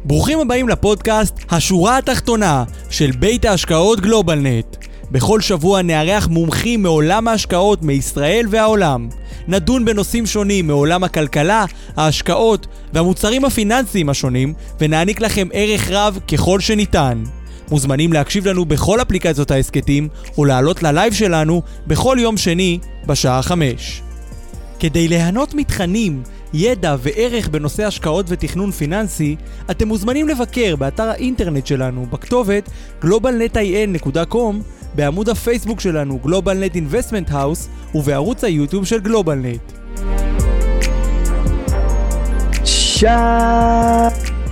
ברוכים הבאים לפודקאסט השורה התחתונה של בית ההשקעות גלובלנט. בכל שבוע נארח מומחים מעולם ההשקעות מישראל והעולם. נדון בנושאים שונים מעולם הכלכלה, ההשקעות והמוצרים הפיננסיים השונים, ונעניק לכם ערך רב ככל שניתן. מוזמנים להקשיב לנו בכל אפליקציות העסקתים, או לעלות ללייב שלנו בכל יום שני בשעה 5. כדי ליהנות מתכנים, ידע וערך בנושא השקעות ותכנון פיננסי, אתם מוזמנים לבקר באתר האינטרנט שלנו בכתובת globalnetin.com, בעמוד הפייסבוק שלנו GlobalNet Investment House ובערוץ היוטיוב של גלובלנט. שלום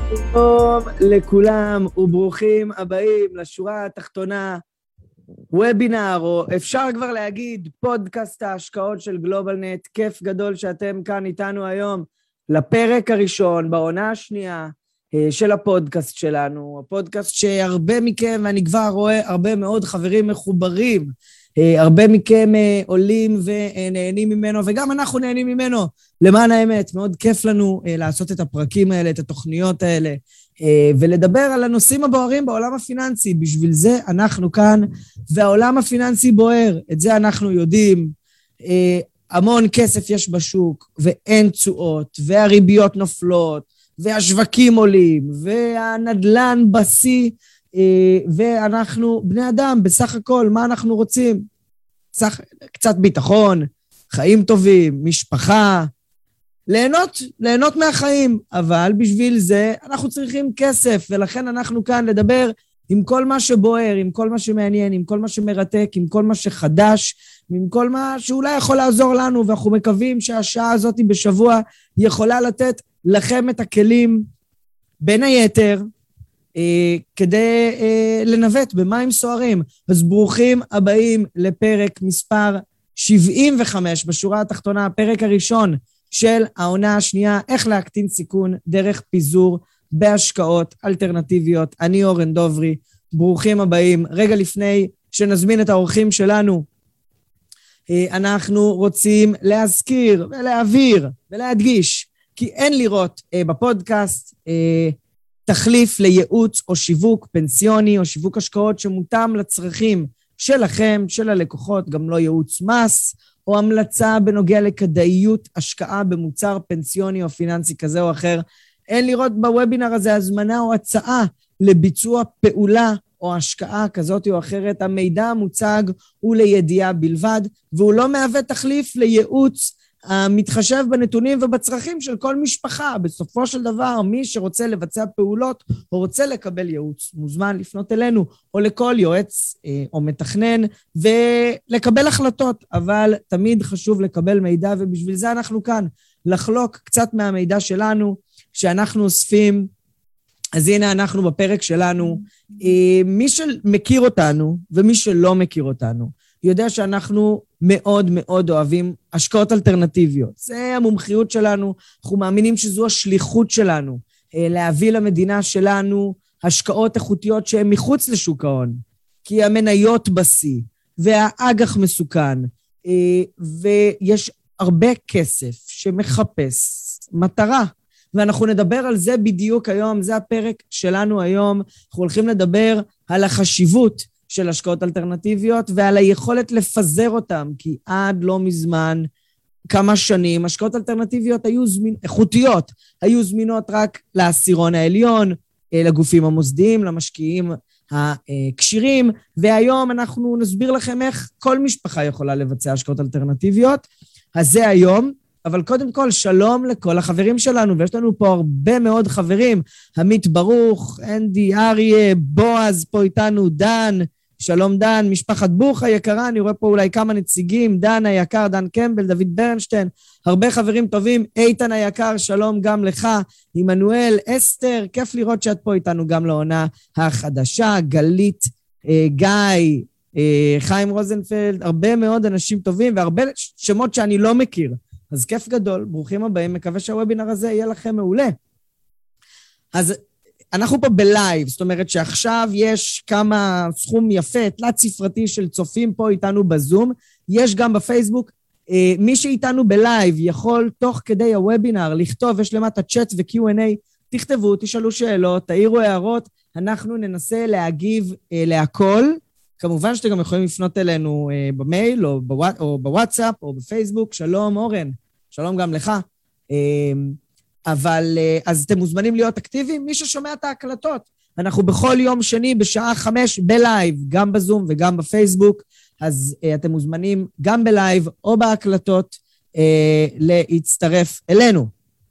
לכולם וברוכים הבאים לשורה התחתונה, וובינר, או אפשר כבר להגיד פודקאסט ההשקעות של גלובלנט. כיף גדול שאתם כאן איתנו היום לפרק הראשון בעונה השנייה של הפודקאסט שלנו, הפודקאסט שהרבה מכם, ואני כבר רואה הרבה מאוד חברים מחוברים, הרבה מכם עולים ונהנים ממנו, וגם אנחנו נהנים ממנו. למען האמת, מאוד כיף לנו לעשות את הפרקים האלה, את התוכניות האלה, ולדבר על הנושאים הבוערים בעולם הפיננסי. בשביל זה אנחנו כאן, והעולם הפיננסי בוער, את זה אנחנו יודעים. המון כסף יש בשוק, ואין תשואות, והריביות נופלות, והשווקים עולים, והנדלן בשיא, ואנחנו בני אדם, בסך הכל, מה אנחנו רוצים? קצת ביטחון, חיים טובים, משפחה, ליהנות מהחיים, אבל בשביל זה אנחנו צריכים כסף, ולכן אנחנו כאן לדבר עם כל מה שבוער, עם כל מה שמעניין, עם כל מה שמרתק, עם כל מה שחדש, עם כל מה שאולי יכול לעזור לנו, ואנחנו מקווים שהשעה הזאת בשבוע יכולה לתת לכם את הכלים, בין היתר, כדי לנווט במים סוערים. אז ברוכים הבאים לפרק מספר 75 בשורה התחתונה, הפרק הראשון של העונה השנייה, איך להקטין סיכון דרך פיזור בהשקעות אלטרנטיביות. אני אורן דוברי, ברוכים הבאים. רגע לפני שנזמין את האורחים שלנו, אנחנו רוצים להזכיר ולהעביר ולהדגיש, כי אין לראות בפודקאסט תחליף לייעוץ או שיווק פנסיוני או שיווק השקעות שמותאם לצרכים שלכם, של הלקוחות, גם לא ייעוץ מס או המלצה בנוגע לכדאיות השקעה במוצר פנסיוני או פיננסי כזה או אחר. אין לראות בוובינר הזה הזמנה או הצעה לביצוע פעולה או השקעה כזאת או אחרת. המידע המוצג הוא לידיעה בלבד, והוא לא מהווה תחליף לייעוץ המתחשב בנתונים ובצרכים של כל משפחה. בסופו של דבר, מי שרוצה לבצע פעולות או רוצה לקבל ייעוץ, מוזמן לפנות אלינו או לכל יועץ או מתכנן ולקבל החלטות, אבל תמיד חשוב לקבל מידע, ובשביל זה אנחנו כאן, לחלוק קצת מהמידע שלנו שאנחנו אוספים. אז הנה אנחנו בפרק שלנו. מי שמכיר אותנו ומי שלא מכיר אותנו, יודע שאנחנו מאוד מאוד אוהבים השקעות אלטרנטיביות. זה המומחיות שלנו, אנחנו מאמינים שזו השליחות שלנו, להביא למדינה שלנו השקעות איכותיות שהן מחוץ לשוק ההון, כי המניות בשיא, והאג"ח מסוכן, ויש הרבה כסף שמחפש מטרה, ואנחנו נדבר על זה בדיוק היום. זה הפרק שלנו היום. אנחנו הולכים לדבר על החשיבות של השקעות אלטרנטיביות ועל היכולת לפזר אותם, כי עד לא מזמן, כמה שנים, השקעות אלטרנטיביות איכותיות, היו זמינות רק לעשירון העליון, לגופים המוסדיים, למשקיעים הקשירים, והיום אנחנו נסביר לכם איך כל משפחה יכולה לבצע השקעות אלטרנטיביות. אז זה היום. אבל קודם כל, שלום לכל החברים שלנו, ויש לנו פה הרבה מאוד חברים, עמית ברוך, אנדי, אריה, בועז, פה איתנו, דן, שלום דן, משפחת בוך היקרה, אני רואה פה אולי כמה נציגים, דן היקר, דן קמבל, דוד ברנשטיין, הרבה חברים טובים, איתן היקר, שלום גם לך, עמנואל, אסתר, כיף לראות שאת פה איתנו גם לעונה החדשה, גלית, גיא, חיים רוזנפלד, הרבה מאוד אנשים טובים, והרבה שמות שאני לא מכיר. אז כיף גדול, ברוכים הבאים, מקווה שהוובינר הזה יהיה לכם מעולה. אז אנחנו פה בלייב, זאת אומרת שעכשיו יש כמה סכום יפה, תלת ספרתי של צופים פה איתנו בזום, יש גם בפייסבוק, מי שאיתנו בלייב יכול תוך כדי הוובינר לכתוב, יש למטה צ'אט ו-Q&A, תכתבו, תשאלו שאלות, תעירו הערות, אנחנו ננסה להגיב להכל. כמובן שאתם גם יכולים לפנות אלינו במייל או בוואטסאפ או בפייסבוק. שלום אורן, שלום גם לך. אבל אז אתם מוזמנים להיות אקטיביים, מי ששומע את ההקלטות. אנחנו בכל יום שני בשעה 5 בלייב, גם בזום וגם בפייסבוק, אז אתם מוזמנים גם בלייב או בהקלטות להצטרף אלינו.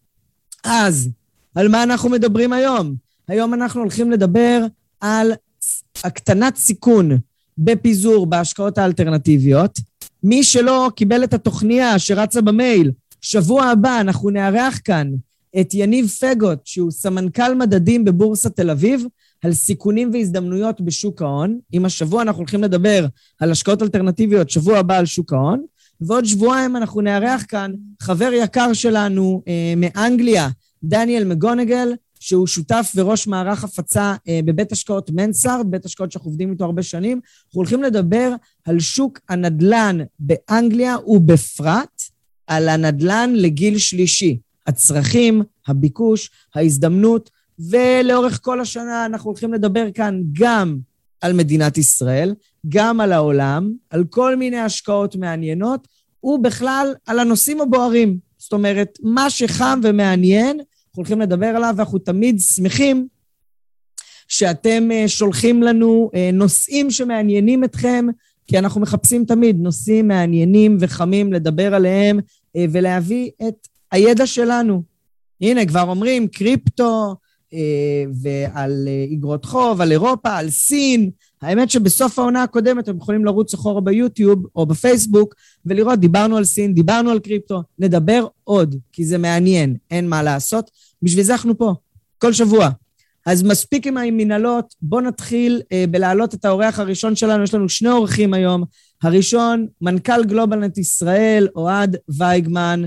אז על מה אנחנו מדברים היום? היום אנחנו הולכים לדבר על הקטנת סיכון בפיזור בהשקעות האלטרנטיביות. מי שלא קיבל את התוכניה שרצה במייל, שבוע הבא אנחנו נארח כאן את יניב פגות, שהוא סמנכ"ל מדדים בבורסת תל אביב, על סיכונים והזדמנויות בשוק ההון. עם השבוע אנחנו הולכים לדבר על השקעות אלטרנטיביות, שבוע הבא על שוק ההון, ועוד שבועיים אנחנו נארח כאן חבר יקר שלנו מאנגליה, דניאל מגונגל, שהוא שותף וראש מערך הפצה בבית השקעות מנסארד, בית השקעות שאנחנו עובדים איתו הרבה שנים. אנחנו הולכים לדבר על שוק הנדלן באנגליה, ובפרט על הנדלן לגיל שלישי. הצרכים, הביקוש, ההזדמנות, ולאורך כל השנה אנחנו הולכים לדבר כאן גם על מדינת ישראל, גם על העולם, על כל מיני השקעות מעניינות, ובכלל על הנושאים הבוערים. זאת אומרת, מה שחם ומעניין, אנחנו הולכים לדבר עליו, ואנחנו תמיד שמחים שאתם שולחים לנו נושאים שמעניינים אתכם, כי אנחנו מחפשים תמיד נושאים מעניינים וחמים לדבר עליהם, ולהביא את הידע שלנו. הנה, כבר אומרים קריפטו, ועל אגרות חוב, על אירופה, על סין. האמת שבסוף העונה הקודמת אתם יכולים לרוץ אחורה ביוטיוב או בפייסבוק, ולראות, דיברנו על סין, דיברנו על קריפטו, נדבר עוד, כי זה מעניין, אין מה לעשות. בשביל זה אנחנו פה, כל שבוע. אז מספיק עם המנהלות, בואו נתחיל בלהעלות את האורח הראשון שלנו. יש לנו שני אורחים היום. הראשון, מנכ"ל גלובלנט ישראל, אוהד וייגמן,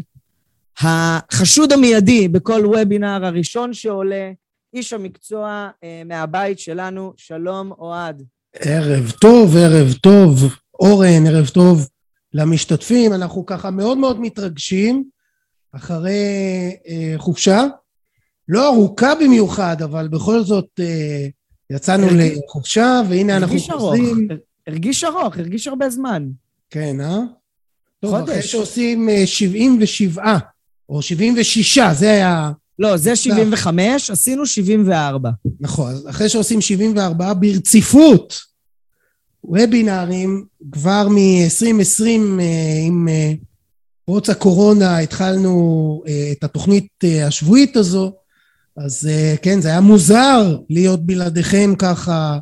החשוד המיידי בכל וובינר, הראשון שעולה, איש המקצוע מהבית שלנו. שלום אוהד. ערב טוב, ערב טוב, אורן, ערב טוב למשתתפים. אנחנו ככה מאוד מאוד מתרגשים אחרי חופשה, לא ארוכה במיוחד, אבל בכל זאת יצאנו לחופשה, והנה אנחנו חוזרים. הרגיש הרבה זמן. כן, טוב, אחרי שעושים 77 או 76, זה היה... לא, זה 75, עשינו 74. נכון, אז אחרי שעושים 74 ברציפות, וובינרים, כבר מ-2020 עם פרוץ הקורונה התחלנו את התוכנית השבועית הזו, אז כן, זה היה מוזר להיות בלעדיכם ככה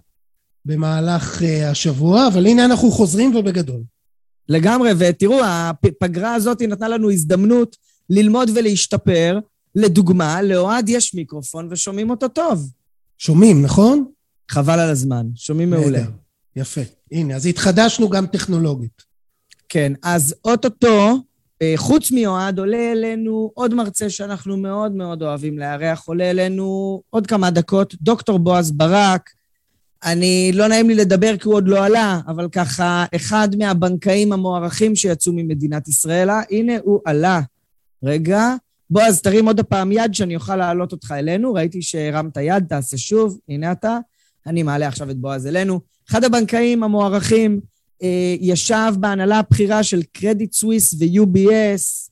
במהלך השבוע, אבל הנה אנחנו חוזרים ובגדול. לגמרי, ותראו, הפגרה הזאת נתנה לנו הזדמנות ללמוד ולהשתפר. לדוגמה, לאוהד יש מיקרופון ושומעים אותו טוב. שומעים, נכון? חבל על הזמן, שומעים מעולה. יפה, הנה, אז התחדשנו גם טכנולוגית. כן, אז אוטוטו, חוץ מאוהד, עולה אלינו עוד מרצה שאנחנו מאוד מאוד אוהבים לארח, עולה אלינו עוד כמה דקות, דוקטור בועז ברק. אני לא נעים לי לדבר כי הוא עוד לא עלה, אבל ככה, אחד מהבנקאים המוערכים שיצאו ממדינת ישראל, הנה הוא עלה. רגע, בועז, תרים עוד הפעם יד שאני אוכל להעלות אותך אלינו. ראיתי שהרמת יד, תעשה שוב, הנה אתה. אני מעלה עכשיו את בועז אלינו. אחד הבנקאים המוערכים, ישב בהנהלה הבחירה של קרדיט סוויס ו-UBS,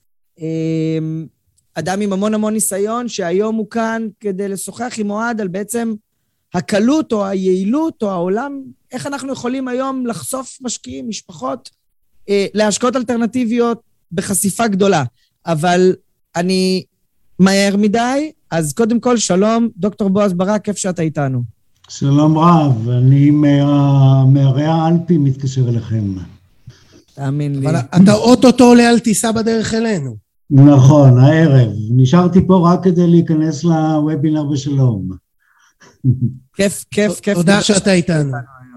אדם עם המון המון ניסיון, שהיום הוא כאן כדי לשוחח עם אוהד על בעצם הקלות או היעילות או העולם, איך אנחנו יכולים היום לחשוף משקיעים, משפחות, להשקעות אלטרנטיביות בחשיפה גדולה. אבל אני מהר מדי, אז קודם כל שלום, דוקטור בועז ברק, כיף שאתה איתנו. שלום רב, אני מהרי האלפי מתקשר אליכם. תאמין לי. אבל אתה אוטוטו עולה על טיסה בדרך אלינו. נכון, הערב. נשארתי פה רק כדי להיכנס לוובינר בשלום. כיף. תודה שאתה איתנו.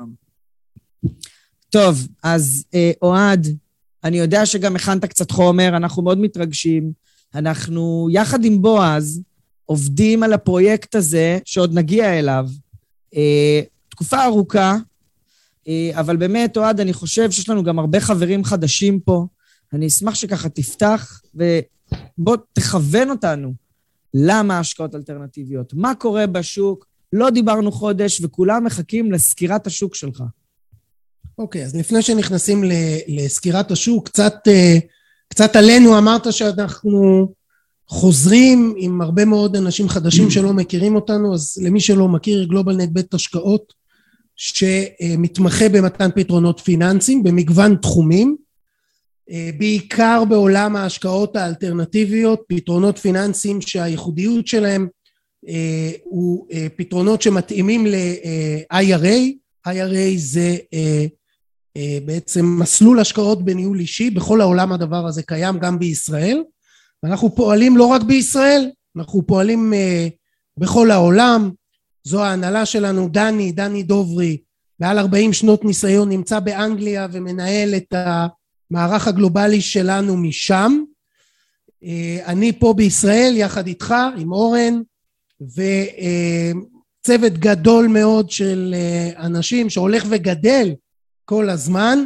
טוב, אז אוהד, אני יודע שגם הכנת קצת חומר, אנחנו מאוד מתרגשים. אנחנו יחד עם בועז עובדים על הפרויקט הזה, שעוד נגיע אליו. תקופה ארוכה, אבל באמת, אוהד, אני חושב שיש לנו גם הרבה חברים חדשים פה. אני אשמח שככה תפתח, ובוא תכוון אותנו למה השקעות אלטרנטיביות? מה קורה בשוק? לא דיברנו חודש וכולם מחכים לסקירת השוק שלך. אוקיי, אז לפני שנכנסים לסקירת השוק, קצת עלינו, אמרת שאנחנו חוזרים עם הרבה מאוד אנשים חדשים שלא מכירים אותנו, אז למי שלא מכיר, גלובלנט בית השקעות, שמתמחה במתן פתרונות פיננסיים במגוון תחומים, בעיקר בעולם ההשקעות האלטרנטיביות, פתרונות פיננסיים שהייחודיות שלהם הוא פתרונות שמתאימים ל-IRA. IRA זה בעצם מסלול השקעות בניהול אישי, בכל העולם הדבר הזה קיים גם בישראל, ואנחנו פועלים לא רק בישראל, אנחנו פועלים בכל העולם. זו ההנהלה שלנו, דני דוברי, מעל 40 שנות ניסיון, נמצא באנגליה ומנהל את המערך הגלובלי שלנו משם. אני פה בישראל יחד איתך, עם אורן, וצוות גדול מאוד של אנשים שהולך וגדל כל הזמן,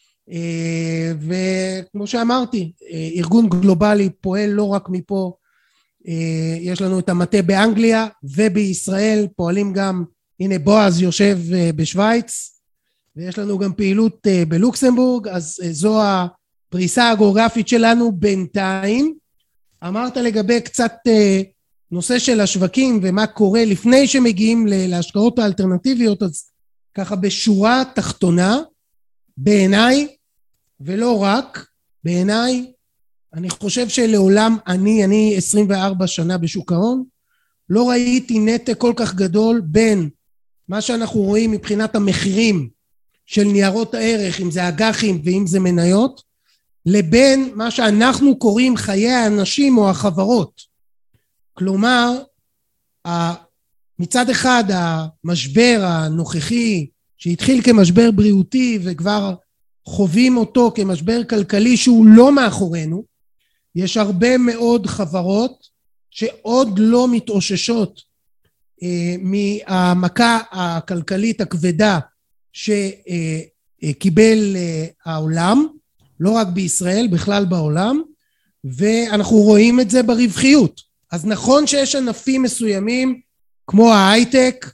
וכמו שאמרתי, ארגון גלובלי פועל לא רק מפה, יש לנו את המטה באנגליה ובישראל, פועלים גם, הנה בועז יושב בשוויץ, ויש לנו גם פעילות בלוקסמבורג, אז זו הפריסה הגיאוגרפית שלנו בינתיים. אמרת לגבי קצת נושא של השווקים ומה קורה לפני שמגיעים להשקעות האלטרנטיביות, אז ככה בשורה תחתונה, בעיניי, ולא רק בעיניי, אני חושב שלעולם אני 24 שנה בשוק ההון, לא ראיתי נתק כל כך גדול בין מה שאנחנו רואים מבחינת המחירים של ניירות הערך, אם זה אג"חים ואם זה מניות, לבין מה שאנחנו קוראים חיי האנשים או החברות. כלומר, מצד אחד המשבר הנוכחי שהתחיל כמשבר בריאותי וכבר חווים אותו כמשבר כלכלי שהוא לא מאחורינו, יש הרבה מאוד חברות שעוד לא מתאוששות מהמכה הכלכלית הכבדה שקיבל העולם, לא רק בישראל, בכלל בעולם, ואנחנו רואים את זה ברווחיות. אז נכון שיש ענפים מסוימים כמו ההייטק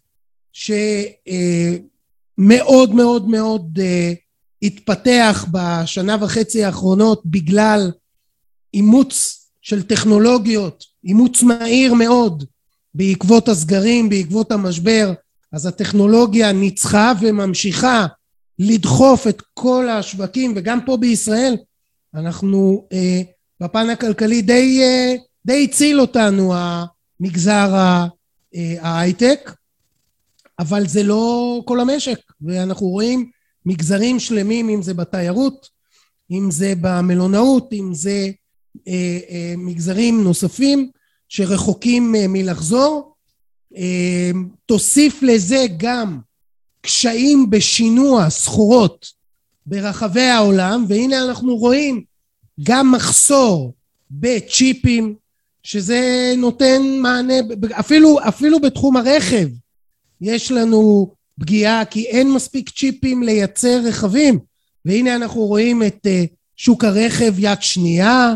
שמאוד מאוד מאוד התפתח בשנה וחצי האחרונות בגלל אימוץ של טכנולוגיות, אימוץ מהיר מאוד בעקבות הסגרים, בעקבות המשבר, אז הטכנולוגיה ניצחה וממשיכה לדחוף את כל השווקים, וגם פה בישראל אנחנו בפן הכלכלי די הציל אותנו המגזר ההייטק, אבל זה לא כל המשק, ואנחנו רואים מגזרים שלמים, אם זה בתיירות, אם זה במלונאות, אם זה מגזרים נוספים שרחוקים מלחזור. תוסיף לזה גם קשיים בשינוע סחורות ברחבי העולם, והנה אנחנו רואים גם מחסור בצ'יפים, שזה נותן מענה, אפילו בתחום הרכב יש לנו פגיעה, כי אין מספיק צ'יפים לייצר רכבים, והנה אנחנו רואים את שוק הרכב יד שנייה,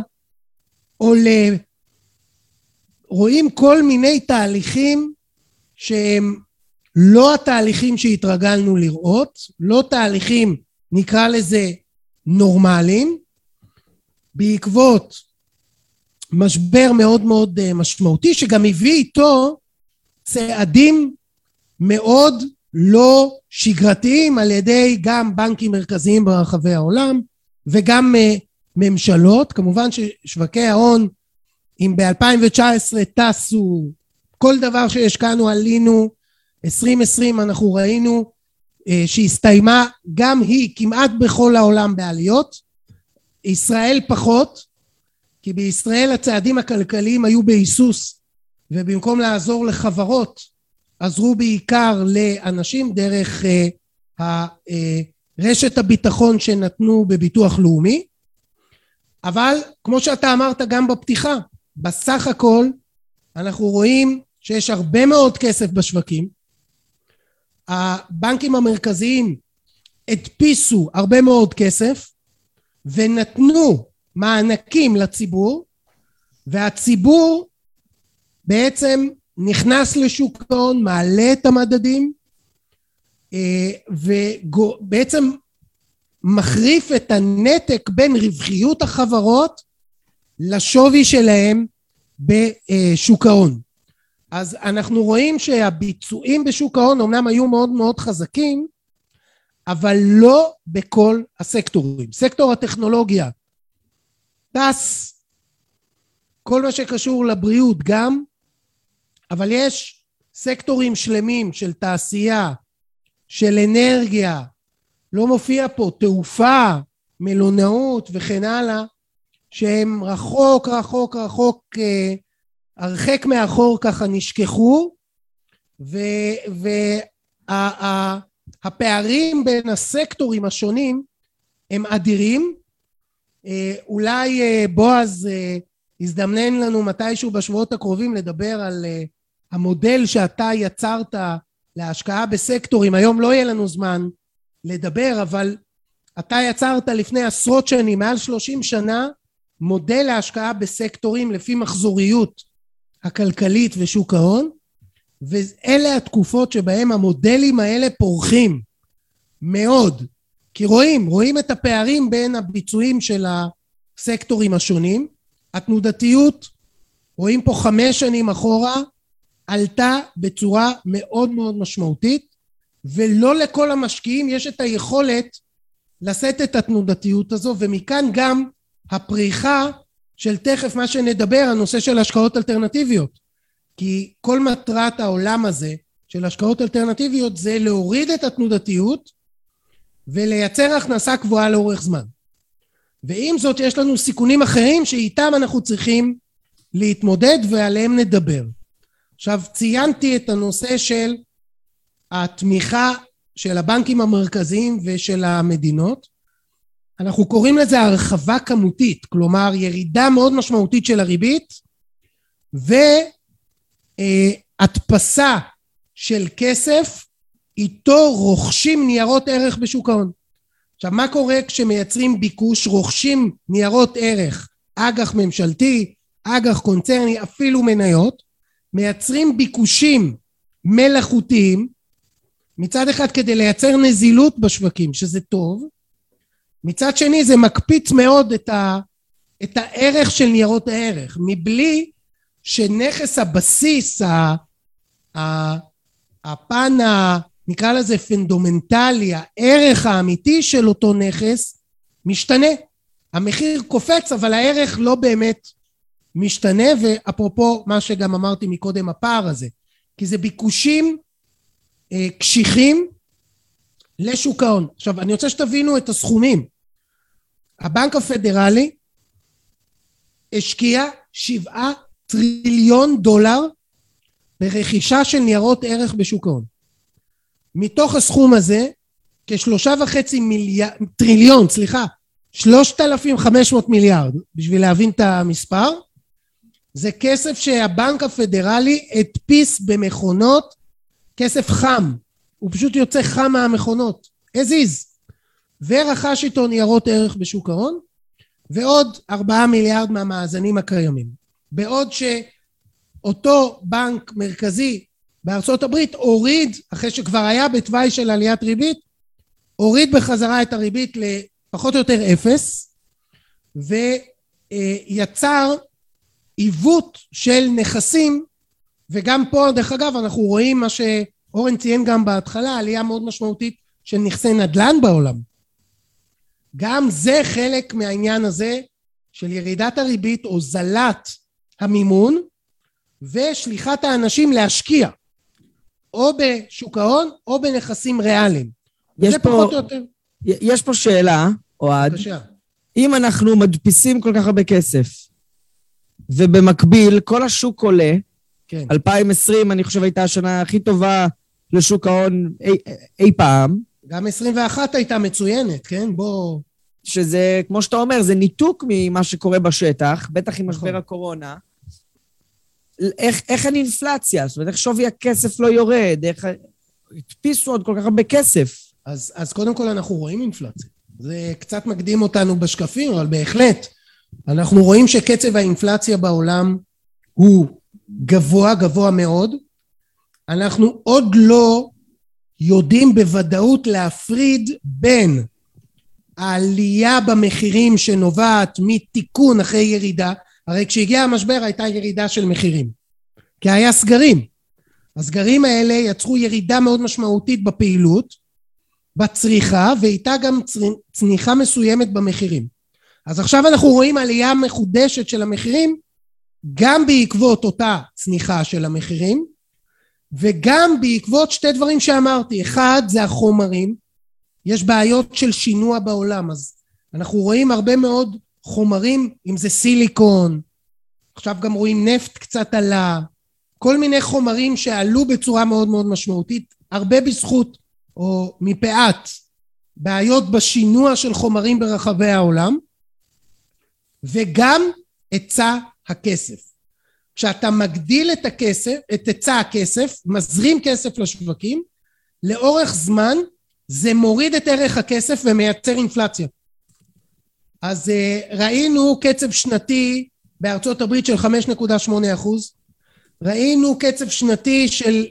רואים כל מיני תהליכים שהם לא התהליכים שהתרגלנו לראות, לא תהליכים נקרא לזה נורמליים, בעקבות משבר מאוד מאוד משמעותי, שגם הביא איתו צעדים מאוד לא שגרתיים על ידי גם בנקים מרכזיים ברחבי העולם, וגם ממשלות. כמובן ששווקי ההון, אם ב-2019 טסו, כל דבר שהשקענו עלינו, 2020 אנחנו ראינו שהסתיימה גם היא כמעט בכל העולם בעליות, ישראל פחות, כי בישראל הצעדים הכלכליים היו בהיסוס, ובמקום לעזור לחברות, עזרו בעיקר לאנשים דרך רשת הביטחון שנתנו בביטוח לאומי. אבל כמו שאתה אמרת גם בפתיחה, בסך הכל אנחנו רואים שיש הרבה מאוד כסף בשווקים, הבנקים המרכזיים הדפיסו הרבה מאוד כסף ונתנו מענקים לציבור, והציבור בעצם נכנס לשוק ההון, מעלה את המדדים, ובעצם מחריף את הנתק בין רווחיות החברות לשווי שלהם בשוק ההון. אז אנחנו רואים שהביצועים בשוק ההון אומנם היו מאוד מאוד חזקים, אבל לא בכל הסקטורים. סקטור הטכנולוגיה טס, כל מה שקשור לבריאות גם, אבל יש סקטורים שלמים של תעשייה, של אנרגיה, לא מופיע פה, תעופה, מלונאות וכן הלאה, שהם רחוק, הרחק מאחור ככה נשכחו, והפערים בין הסקטורים השונים הם אדירים. אולי בועז הזדמנן לנו מתישהו בשבועות הקרובים לדבר על המודל שאתה יצרת להשקעה בסקטורים. היום לא יהיה לנו זמן לדבר, אבל אתה יצרת לפני עשרות שנים, מעל 30 שנה, מודל להשקעה בסקטורים לפי מחזוריות הכלכלית ושוק ההון, ואלה התקופות שבהם המודלים האלה פורחים מאוד, כי רואים את הפערים בין הביצועים של הסקטורים השונים. התנודתיות, רואים פה 5 שנים אחורה, עלתה בצורה מאוד מאוד משמעותית, ולא לכל המשקיעים יש את היכולת לשאת את התנודתיות הזו, ומכאן גם הפריחה של תכף מה שנדבר, הנושא של השקעות אלטרנטיביות. כי כל מטרת העולם הזה של השקעות אלטרנטיביות זה להוריד את התנודתיות ולייצר הכנסה קבועה לאורך זמן. ועם זאת יש לנו סיכונים אחרים שאיתם אנחנו צריכים להתמודד ועליהם נדבר. עכשיו ציינתי את הנושא של התמיכה של הבנקים המרכזיים ושל המדינות. אנחנו קוראים לזה הרחבה כמותית, כלומר ירידה מאוד משמעותית של הריבית והדפסה של כסף, איתו רוכשים ניירות ערך בשוק ההון. עכשיו מה קורה כשמייצרים ביקוש? רוכשים ניירות ערך, אג"ח ממשלתי, אג"ח קונצרני, אפילו מניות, מייצרים ביקושים מלאכותיים, מצד אחד כדי לייצר נזילות בשווקים, שזה טוב, מצד שני זה מקפיץ מאוד את הערך של ניירות הערך, מבלי שנכס הבסיס, הפן נקרא לזה פונדמנטלי, הערך האמיתי של אותו נכס משתנה. המחיר קופץ אבל הערך לא באמת משתנה, ואפרופו מה שגם אמרתי מקודם, הפער הזה, כי זה ביקושים קשיחים לשוק ההון. עכשיו אני רוצה שתבינו את הסכומים. הבנק הפדרלי השקיע 7 טריליון דולר ברכישה של ניירות ערך בשוק ההון. מתוך הסכום הזה, כ3.5 טריליון, 3,500 מיליארד, בשביל להבין את המספר, זה כסף שהבנק הפדרלי הדפיס במכונות, כסף חם, הוא פשוט יוצא חם מהמכונות, הזיז, ורכש איתו ניירות ערך בשוק ההון, ועוד 4 מיליארד מהמאזנים הקיימים. בעוד שאותו בנק מרכזי בארצות הברית הוריד, אחרי שכבר היה בתוואי של עליית ריבית, הוריד בחזרה את הריבית לפחות או יותר 0, ויצר עיוות של נכסים, וגם פה דרך אגב אנחנו רואים מה שאורן ציין גם בהתחלה, עלייה מאוד משמעותית של נכסי נדל"ן בעולם. גם זה חלק מהעניין הזה של ירידת הריבית, הוזלת המימון, ושליחת האנשים להשקיע, או בשוק ההון, או בנכסים ריאליים. זה פחות או יותר. יש פה שאלה, אוהד. אם אנחנו מדפיסים כל כך הרבה כסף, ובמקביל כל השוק עולה, כן. 2020 אני חושב הייתה השנה הכי טובה לשוק ההון אי פעם. גם 21 הייתה מצוינת, כן? בוא... שזה, כמו שאתה אומר, זה ניתוק ממה שקורה בשטח, בטח עם משבר הקורונה. איך אין אינפלציה? זאת אומרת, איך שווי הכסף לא יורד? איך הדפיסו עוד כל כך הרבה כסף? אז קודם כל אנחנו רואים אינפלציה. זה קצת מקדים אותנו בשקפים, אבל בהחלט אנחנו רואים שקצב האינפלציה בעולם הוא גבוה, גבוה מאוד. אנחנו עוד לא יודעים בוודאות להפריד בין העלייה במחירים שנובעת מתיקון אחרי ירידה. הרי כשהגיע המשבר הייתה ירידה של מחירים, כי היה סגרים. הסגרים האלה יצרו ירידה מאוד משמעותית בפעילות, בצריכה, ואיתה גם צניחה מסוימת במחירים. אז עכשיו אנחנו רואים עלייה מחודשת של המחירים, גם בעקבות אותה צניחה של המחירים, וגם בעקבות שתי דברים שאמרתי. אחד, זה החומרים. יש בעיות של שינוע בעולם, אז אנחנו רואים הרבה מאוד חומרים, אם זה סיליקון, עכשיו גם רואים נפט קצת עלה, כל מיני חומרים שעלו בצורה מאוד מאוד משמעותית, הרבה בזכות או מפאת בעיות בשינוע של חומרים ברחבי העולם, וגם היצע הכסף. כשאתה מגדיל את הכסף, את היצע הכסף, מזרים כסף לשווקים, לאורך זמן זה מוריד את ערך הכסף ומייצר אינפלציה. אז ראינו קצב שנתי בארצות הברית של 5.8%, ראינו קצב שנתי של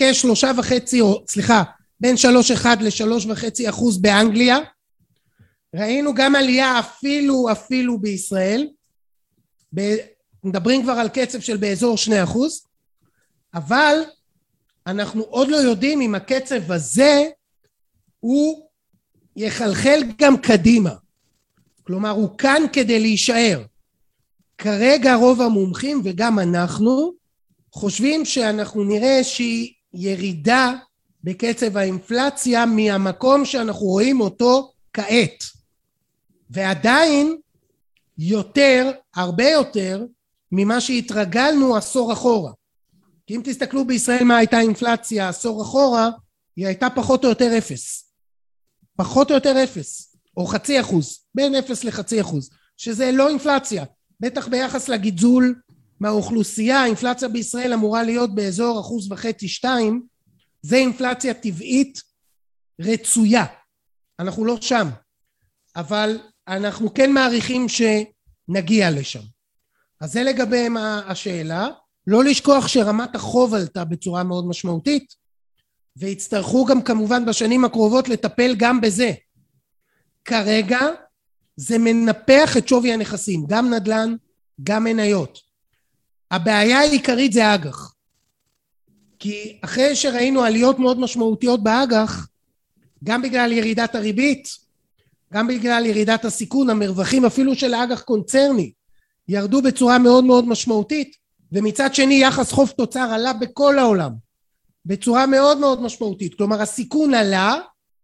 בין 3.1 ל-3.5% באנגליה, ראינו גם עלייה אפילו בישראל, מדברים כבר על קצב של באזור 2%, אבל אנחנו עוד לא יודעים אם הקצב הזה הוא יחלחל גם קדימה. כלומר, הוא כאן כדי להישאר. כרגע רוב המומחים וגם אנחנו חושבים שאנחנו נראה שהיא ירידה בקצב האינפלציה מהמקום שאנחנו רואים אותו כעת. ועדיין יותר, הרבה יותר, ממה שהתרגלנו עשור אחורה. כי אם תסתכלו בישראל מה הייתה אינפלציה עשור אחורה, היא הייתה פחות או יותר 0. פחות או יותר 0, או 0.5%, בין 0 ל0.5%, שזה לא אינפלציה. בטח ביחס לגידול מהאוכלוסייה, האינפלציה בישראל אמורה להיות באזור 1.5-2%, זה אינפלציה טבעית רצויה. אנחנו לא שם, אבל אנחנו כן מעריכים שנגיע לשם. אז זה לגבי השאלה. לא לשכוח שרמת החוב עלתה בצורה מאוד משמעותית, והצטרכו גם כמובן בשנים הקרובות לטפל גם בזה. כרגע זה מנפח את שווי הנכסים, גם נדל"ן, גם מניות. הבעיה העיקרית זה אג"ח. כי אחרי שראינו עליות מאוד משמעותיות באג"ח, גם בגלל ירידת הריבית, גם בגלל ירידת הסיכון, המרווחים אפילו של האג"ח קונצרני, ירדו בצורה מאוד מאוד משמעותית, ומצד שני יחס חוב תוצר עלה בכל העולם, בצורה מאוד מאוד משמעותית. כלומר הסיכון עלה,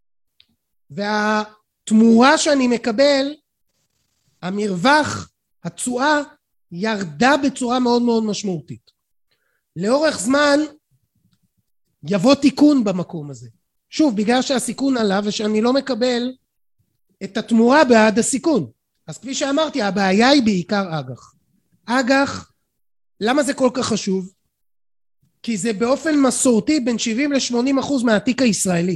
והתמורה שאני מקבל, המרווח, התשואה, ירדה בצורה מאוד מאוד משמעותית. לאורך זמן יבוא תיקון במקום הזה. שוב, בגלל שהסיכון עלה ושאני לא מקבל את התמורה בעד הסיכון. אז כפי שאמרתי, הבעיה היא בעיקר אג"ח. אג"ח, למה זה כל כך חשוב? כי זה באופן מסורתי בין 70-80% מהתיק הישראלי.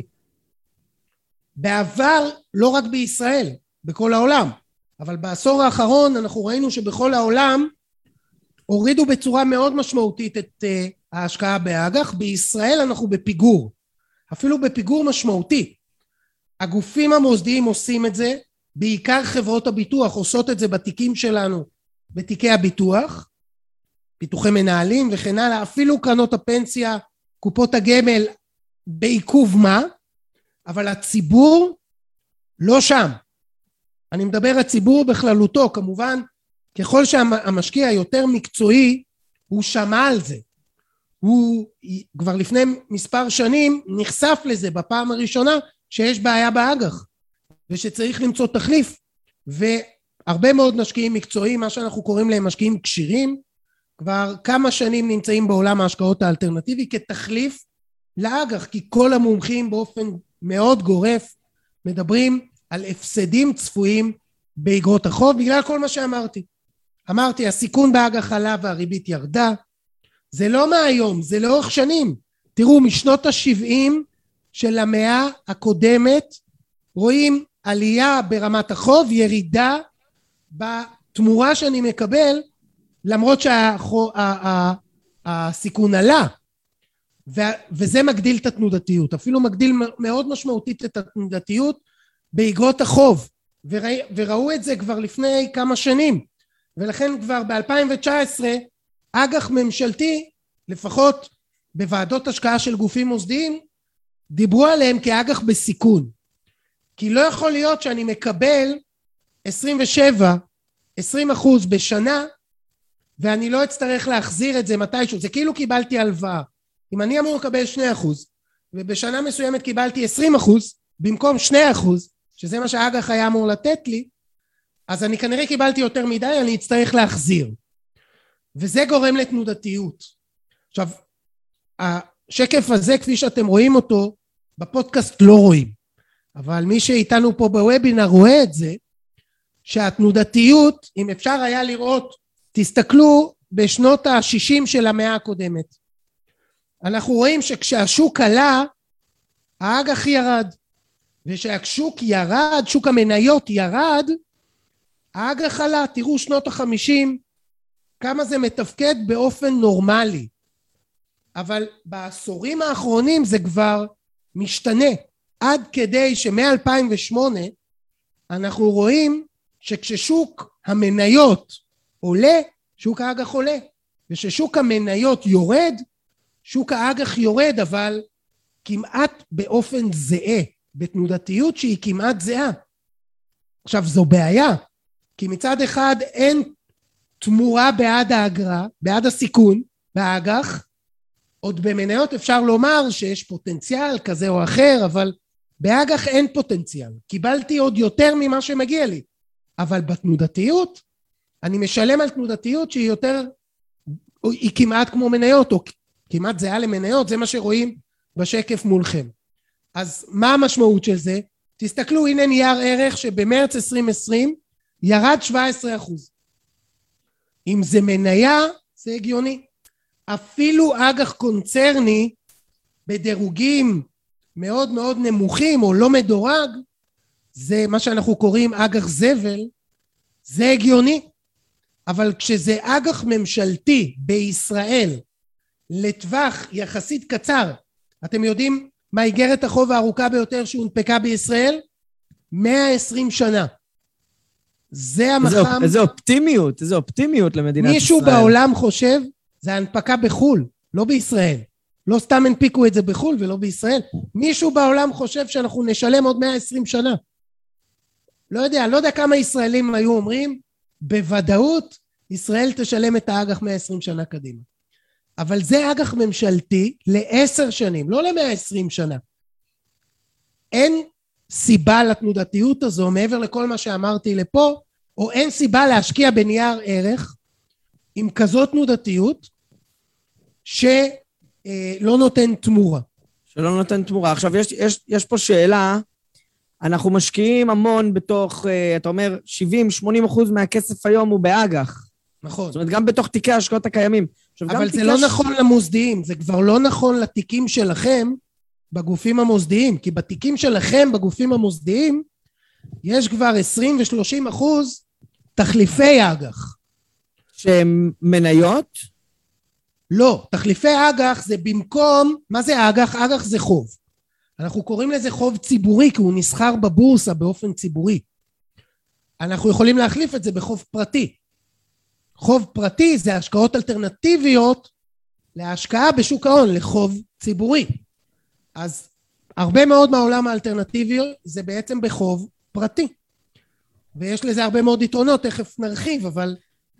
בעבר, לא רק בישראל, בכל העולם, אבל בעשור האחרון אנחנו ראינו שבכל העולם הורידו בצורה מאוד משמעותית את ההשקעה באג"ח. בישראל אנחנו בפיגור, אפילו בפיגור משמעותי. הגופים המוסדיים עושים את זה, בעיקר חברות הביטוח עושות את זה בתיקים שלנו, בתיקי הביטוח, ביטוחי מנהלים וכן הלאה, אפילו קרנות הפנסיה, קופות הגמל בעיכוב מה, אבל הציבור לא שם. אני מדבר הציבור בכללותו, כמובן ככל שהמשקיע יותר מקצועי, הוא שמע על זה. הוא כבר לפני מספר שנים נחשף לזה בפעם הראשונה שיש בעיה באג"ח, ושצריך למצוא תחליף, והרבה מאוד משקיעים מקצועיים, מה שאנחנו קוראים להם משקיעים קשירים, כבר כמה שנים נמצאים בעולם ההשקעות האלטרנטיבי כתחליף לאג"ח, כי כל המומחים באופן מאוד גורף מדברים על הפסדים צפויים באגרות החוב, בגלל כל מה שאמרתי. אמרתי, הסיכון באג"ח עלה והריבית ירדה, זה לא מהיום, זה לאורך שנים. תראו, משנות ה-70 של המאה הקודמת, רואים עלייה ברמת החוב, ירידה בתמורה שאני מקבל, למרות הסיכון עלה, וזה מגדיל את התנודתיות, אפילו מגדיל מאוד משמעותית את התנודתיות באגרות החוב, וראו את זה כבר לפני כמה שנים, ולכן כבר ב-2019 אג"ח ממשלתי, לפחות בוועדות השקעה של גופים מוסדיים, דיברו עליהם כאג"ח בסיכון, כי לא יכול להיות שאני מקבל 27-20% בשנה, ואני לא אצטרך להחזיר את זה מתישהו, זה כאילו קיבלתי הלוואה, אם אני אמור לקבל 2%, ובשנה מסוימת קיבלתי 20%, במקום 2%, שזה מה שהאג"ח היה אמור לתת לי, אז אני כנראה קיבלתי יותר מדי, אני אצטרך להחזיר. וזה גורם לתנודתיות. עכשיו, השקף הזה, כפי שאתם רואים אותו, בפודקאסט לא רואים. אבל מי שאיתנו פה בוובינר רואה את זה, שהתנודתיות, אם אפשר היה לראות, תסתכלו בשנות ה-60 של המאה הקודמת. אנחנו רואים שכשהשוק עלה, האג"ח ירד. וכשהשוק ירד, שוק המניות ירד, האג"ח עלה. תראו שנות ה-50, כמה זה מתפקד באופן נורמלי. אבל בעשורים האחרונים זה כבר משתנה. עד כדי שמ-2008 אנחנו רואים שכששוק המניות עולה, שוק האג"ח עולה. וכששוק המניות יורד, שוק האג"ח יורד, אבל כמעט באופן זהה, בתנודתיות שהיא כמעט זהה. עכשיו זו בעיה, כי מצד אחד אין תמורה בעד האגרה, בעד הסיכון באג"ח, עוד במניות אפשר לומר שיש פוטנציאל כזה או אחר, אבל באג"ח אין פוטנציאל, קיבלתי עוד יותר ממה שמגיע לי, אבל בתנודתיות, אני משלם על תנודתיות שהיא יותר, היא כמעט כמו מניות, או כמעט זהה למניות, זה מה שרואים בשקף מולכם. אז מה המשמעות של זה? תסתכלו, הנה נייר ערך שבמרץ 2020 ירד 17%. אם זה מניה, זה הגיוני. אפילו אג"ח קונצרני בדירוגים מאוד מאוד נמוכים או לא מדורג, זה מה שאנחנו קוראים אג"ח זבל, זה הגיוני. אבל כשזה אג"ח ממשלתי בישראל לטווח יחסית קצר, אתם יודעים מה איגרת החוב הארוכה ביותר שהונפקה בישראל? 120 שנה. זה המח"מ. איזה אופטימיות למדינת ישראל. מישהו בעולם חושב, זה הנפקה בחול, לא בישראל. לא סתם הנפיקו את זה בחול ולא בישראל. מישהו בעולם חושב שאנחנו נשלם עוד 120 שנה. לא יודע כמה ישראלים היו אומרים, בוודאות ישראל תשלם את האג"ח 120 שנה קדימה. אבל זה אג"ח ממשלתי ל10 שנים, לא ל120 שנה. אין סיבה לתנודתיות הזו, מעבר לכל מה שאמרתי לפה, או אין סיבה להשקיע בנייר ערך, עם כזאת תנודתיות, שלא נותן תמורה. שלא נותן תמורה. עכשיו, יש פה שאלה, אנחנו משקיעים המון בתוך, אתה אומר, 70-80% מהכסף היום הוא באג"ח. נכון. זאת אומרת, גם בתוך תיקי ההשקעות הקיימים. אבל זה לא נכון למוסדיים, זה כבר לא נכון לתיקים שלכם בגופים המוסדיים, כי בתיקים שלכם בגופים המוסדיים, יש כבר 20-30% תחליפי אג"ח. שהם מניות? לא, תחליפי אג"ח זה במקום, מה זה אג"ח? אג"ח זה חוב. אנחנו קוראים לזה חוב ציבורי, כי הוא נסחר בבורסה באופן ציבורי. אנחנו יכולים להחליף את זה בחוב פרטי. חוב פרטי זה השקעות אלטרנטיביות להשקעה בשוק ההון, לחוב ציבורי. אז הרבה מאוד מהעולם האלטרנטיבי זה בעצם בחוב פרטי. ויש לזה הרבה מאוד יתרונות, תכף נרחיב, אבל...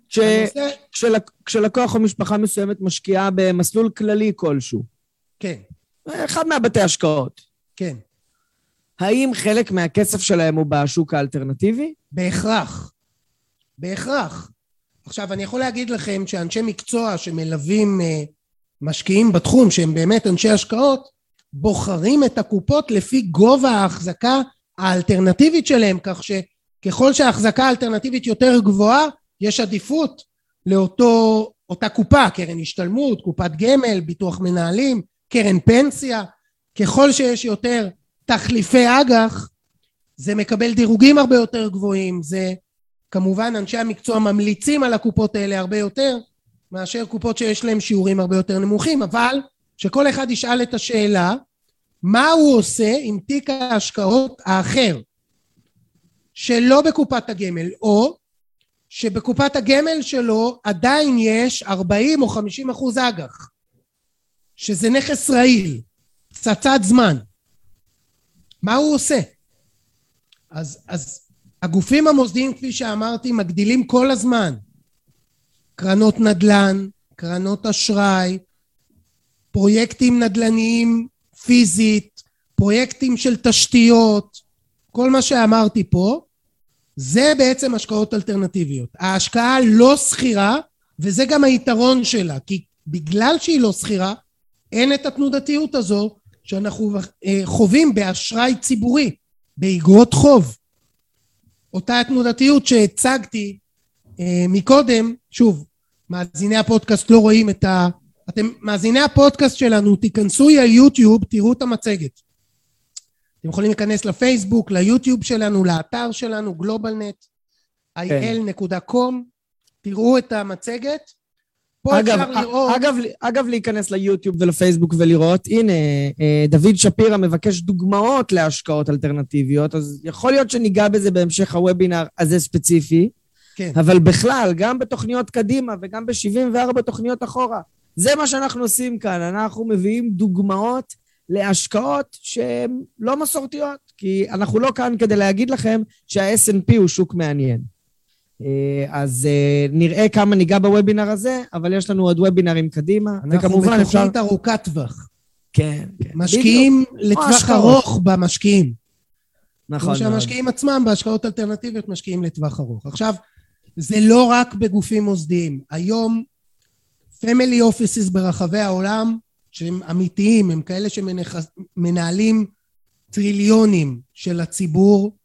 כשלקוח או משפחה מסוימת משקיעה במסלול כללי כלשהו. כן. אחד מהבתי השקעות. כן. האם חלק מהכסף שלהם הוא בשוק האלטרנטיבי? בהכרח. בהכרח. עכשיו, אני יכול להגיד לכם שאנשי מקצוע שמלווים משקיעים בתחום, שהם באמת אנשי השקעות, בוחרים את הקופות לפי גובה ההחזקה האלטרנטיבית שלהם, כך שככל שההחזקה האלטרנטיבית יותר גבוהה, יש עדיפות לאותה קופה, קרן השתלמות, קופת גמל, ביטוח מנהלים, קרן פנסיה. ככל שיש יותר תחליפי אג"ח, זה מקבל דירוגים הרבה יותר גבוהים, זה כמובן אנשי המקצוע ממליצים על הקופות האלה הרבה יותר, מאשר קופות שיש להם שיעורים הרבה יותר נמוכים, אבל שכל אחד ישאל את השאלה, מה הוא עושה עם תיק ההשקעות האחר, שלא בקופת הגמל, או שבקופת הגמל שלו עדיין יש 40 או 50% אג"ח, שזה נכס רעיל, פצצת זמן. מה הוא עושה? אז הגופים המוסדיים, כפי שאמרתי, מגדילים כל הזמן. קרנות נדל"ן, קרנות אשראי, פרויקטים נדל"ניים פיזית, פרויקטים של תשתיות, כל מה שאמרתי פה, זה בעצם השקעות אלטרנטיביות. ההשקעה לא סחירה, וזה גם היתרון שלה, כי בגלל שהיא לא סחירה, אין את התנודתיות הזו שאנחנו חווים באשראי ציבורי, באגרות חוב. אותה התנודתיות שהצגתי מקודם, שוב, מאזיני הפודקאסט לא רואים את אתם, מאזיני הפודקאסט שלנו, תיכנסו ליוטיוב, תראו את המצגת. אתם יכולים להיכנס לפייסבוק, ליוטיוב שלנו, לאתר שלנו, globalnet, il.com, תראו את המצגת. אגב, להיכנס ליוטיוב ולפייסבוק ולראות, הנה, דוד שפירא מבקש דוגמאות להשקעות אלטרנטיביות, אז יכול להיות שניגע בזה בהמשך הוובינר הזה ספציפי, כן. אבל בכלל, גם בתוכניות קדימה וגם ב-74 תוכניות אחורה, זה מה שאנחנו עושים כאן, אנחנו מביאים דוגמאות להשקעות שהן לא מסורתיות, כי אנחנו לא כאן כדי להגיד לכם שה-S&P הוא שוק מעניין. אז נראה כמה ניגע בוובינר הזה, אבל יש לנו עוד וובינרים קדימה, וכמובן אנחנו בתוכנית ארוכת טווח. כן, כן. משקיעים לטווח ארוך במשקיעים. נכון. כמו שהמשקיעים עצמם בהשקעות אלטרנטיביות משקיעים לטווח ארוך. עכשיו, זה לא רק בגופים מוסדיים. היום, family offices ברחבי העולם, שהם אמיתיים, הם כאלה שמנהלים טריליונים של הציבור,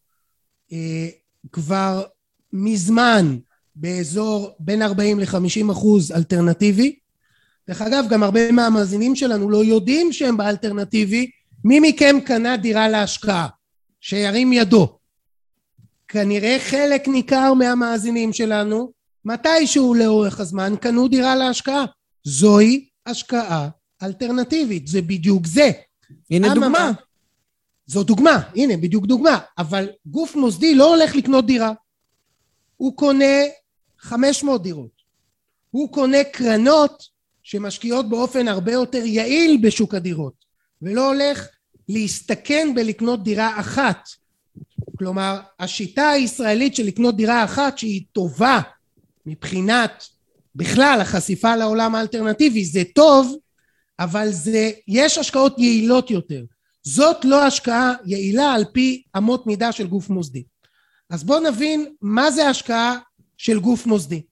כבר מזמן באזור בין 40 ל-50% אלטרנטיבי. דרך אגב, גם הרבה מהמאזינים שלנו לא יודעים שהם באלטרנטיבי. מי מכם קנה דירה להשקעה? שירים ידו. כנראה חלק ניכר מהמאזינים שלנו, מתישהו לאורך הזמן, קנו דירה להשקעה. זוהי השקעה אלטרנטיבית, זה בדיוק זה. הנה דוגמה. זו דוגמה, הנה בדיוק דוגמה, אבל גוף מוסדי לא הולך לקנות דירה. הוא קונה 500 דירות. הוא קונה קרנות שמשקיעות באופן הרבה יותר יעיל בשוק הדירות, ולא הולך להסתכן בלקנות דירה אחת. כלומר, השיטה הישראלית של לקנות דירה אחת שהיא טובה מבחינת בכלל החשיפה לעולם האלטרנטיבי, זה טוב, אבל יש השקעות יעילות יותר. זאת לא השקעה יעילה על פי אמות מידה של גוף מוסדי. אז בואו נבין מה זה השקעה של גוף מוסדי.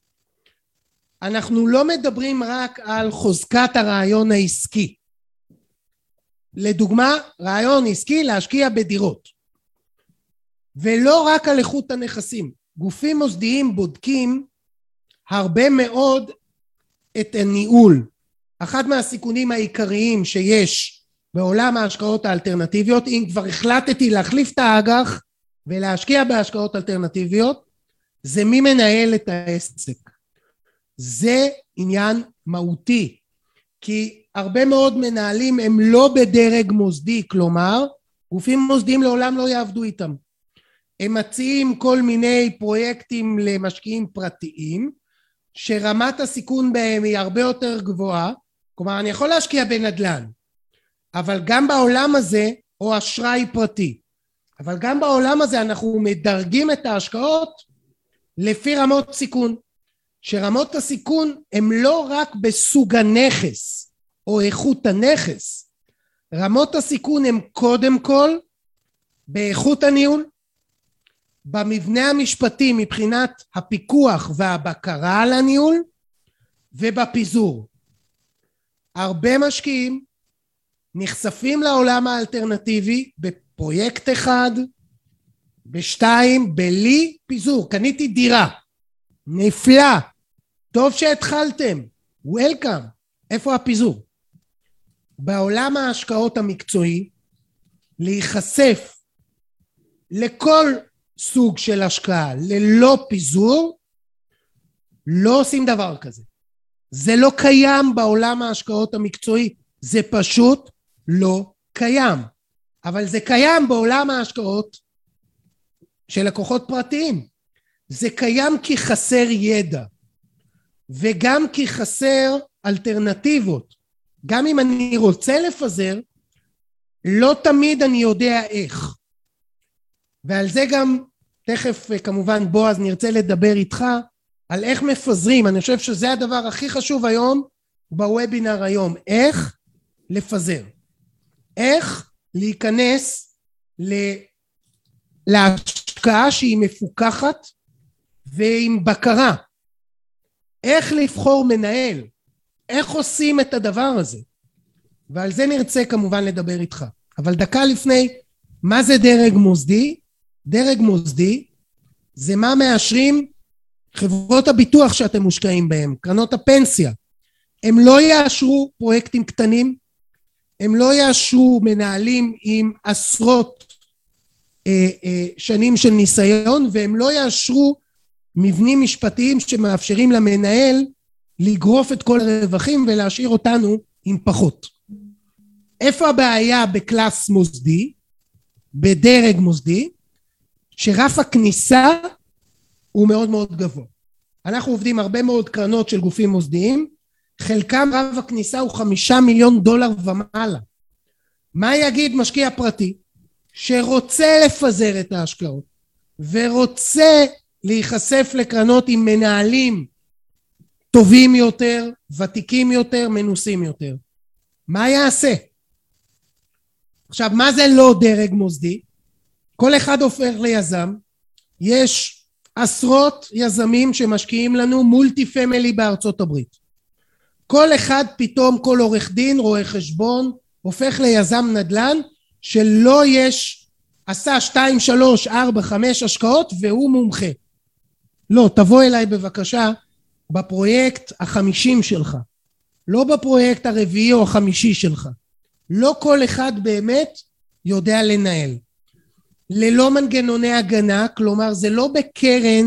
אנחנו לא מדברים רק על חוזקת הרעיון העסקי. לדוגמה, רעיון עסקי להשקיע בדירות. ולא רק על איכות הנכסים. גופים מוסדיים בודקים הרבה מאוד את הניהול. אחד מהסיכונים העיקריים שיש בעולם ההשקעות האלטרנטיביות, אם כבר החלטתי להחליף את האג"ח ולהשקיע בהשקעות אלטרנטיביות, זה מי מנהל את העסק. זה עניין מהותי, כי הרבה מאוד מנהלים הם לא בדרג מוסדי, כלומר, גופים מוסדיים לעולם לא יעבדו איתם. הם מציעים כל מיני פרויקטים למשקיעים פרטיים, שרמת הסיכון בהם היא הרבה יותר גבוהה, כלומר אני יכול להשקיע בנדל"ן, אבל גם בעולם הזה, או אשראי פרטי, אבל גם בעולם הזה אנחנו מדרגים את ההשקעות לפי רמות סיכון, שרמות הסיכון הם לא רק בסוג הנכס או איכות הנכס, רמות הסיכון הם קודם כל באיכות הניהול, במבנה המשפטי מבחינת הפיקוח והבקרה על הניהול, ובפיזור. הרבה משקיעים נחשפים לעולם האלטרנטיבי בפרויקט אחד, בשתיים, בלי פיזור. קניתי דירה, נפלא, טוב שהתחלתם, וולקאם. איפה הפיזור? בעולם ההשקעות המקצועי, להיחשף לכל סוג של השקעה ללא פיזור, לא עושים דבר כזה. זה לא קיים בעולם ההשקעות המקצועי, זה פשוט לא קיים. אבל זה קיים בעולם ההשקעות של לקוחות פרטיים. זה קיים כי חסר ידע, וגם כי חסר אלטרנטיבות. גם אם אני רוצה לפזר, לא תמיד אני יודע איך. ועל זה גם תכף כמובן בועז נרצה לדבר איתך, על איך מפזרים. אני חושב שזה הדבר הכי חשוב היום בוובינר היום, איך לפזר. איך להיכנס להשקעה שהיא מפוקחת ועם בקרה. איך לבחור מנהל, איך עושים את הדבר הזה. ועל זה נרצה כמובן לדבר איתך. אבל דקה לפני, מה זה דרג מוסדי? דרג מוסדי זה מה מאשרים חברות הביטוח שאתם מושקעים בהם, קרנות הפנסיה. הם לא יאשרו פרויקטים קטנים, הם לא יאשרו מנהלים עם עשרות שנים של ניסיון, והם לא יאשרו מבנים משפטיים שמאפשרים למנהל לגרוף את כל הרווחים ולהשאיר אותנו עם פחות. איפה הבעיה בקלאס מוסדי, בדרג מוסדי? שרף הכניסה הוא מאוד מאוד גבוה. אנחנו עובדים הרבה מאוד קרנות של גופים מוסדיים, חלקם רף הכניסה הוא $5 מיליון ומעלה. מה יגיד משקיע פרטי שרוצה לפזר את ההשקעות ורוצה להיחשף לקרנות עם מנהלים טובים יותר, ותיקים יותר, מנוסים יותר? מה יעשה? עכשיו, מה זה לא דרג מוסדי? כל אחד הופך ליזם. יש עשרות יזמים שמשקיעים לנו מולטי פמילי בארצות הברית. כל אחד פתאום, כל עורך דין, רואה חשבון, הופך ליזם נדל"ן, שלא יש, עשה 2, 3, 4, 5 השקעות והוא מומחה. לא, תבוא אליי בבקשה בפרויקט ה50 שלך. לא בפרויקט הרביעי או החמישי שלך. לא כל אחד באמת יודע לנהל. ללא מנגנוני הגנה, כלומר זה לא בקרן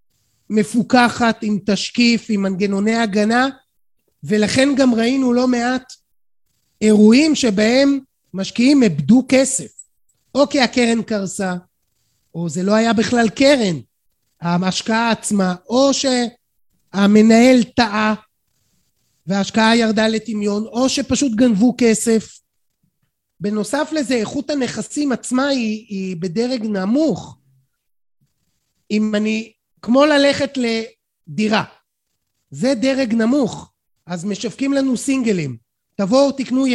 מפוקחת עם תשקיף, עם מנגנוני הגנה, ולכן גם ראינו לא מעט אירועים שבהם משקיעים איבדו כסף. או כי הקרן קרסה, או זה לא היה בכלל קרן, ההשקעה עצמה, או שהמנהל טעה וההשקעה ירדה לטמיון, או שפשוט גנבו כסף. בנוסף לזה, איכות הנכסים עצמה היא בדרג נמוך. אם אני, כמו ללכת לדירה, זה דרג נמוך, אז משווקים לנו סינגלים. תבואו תקנו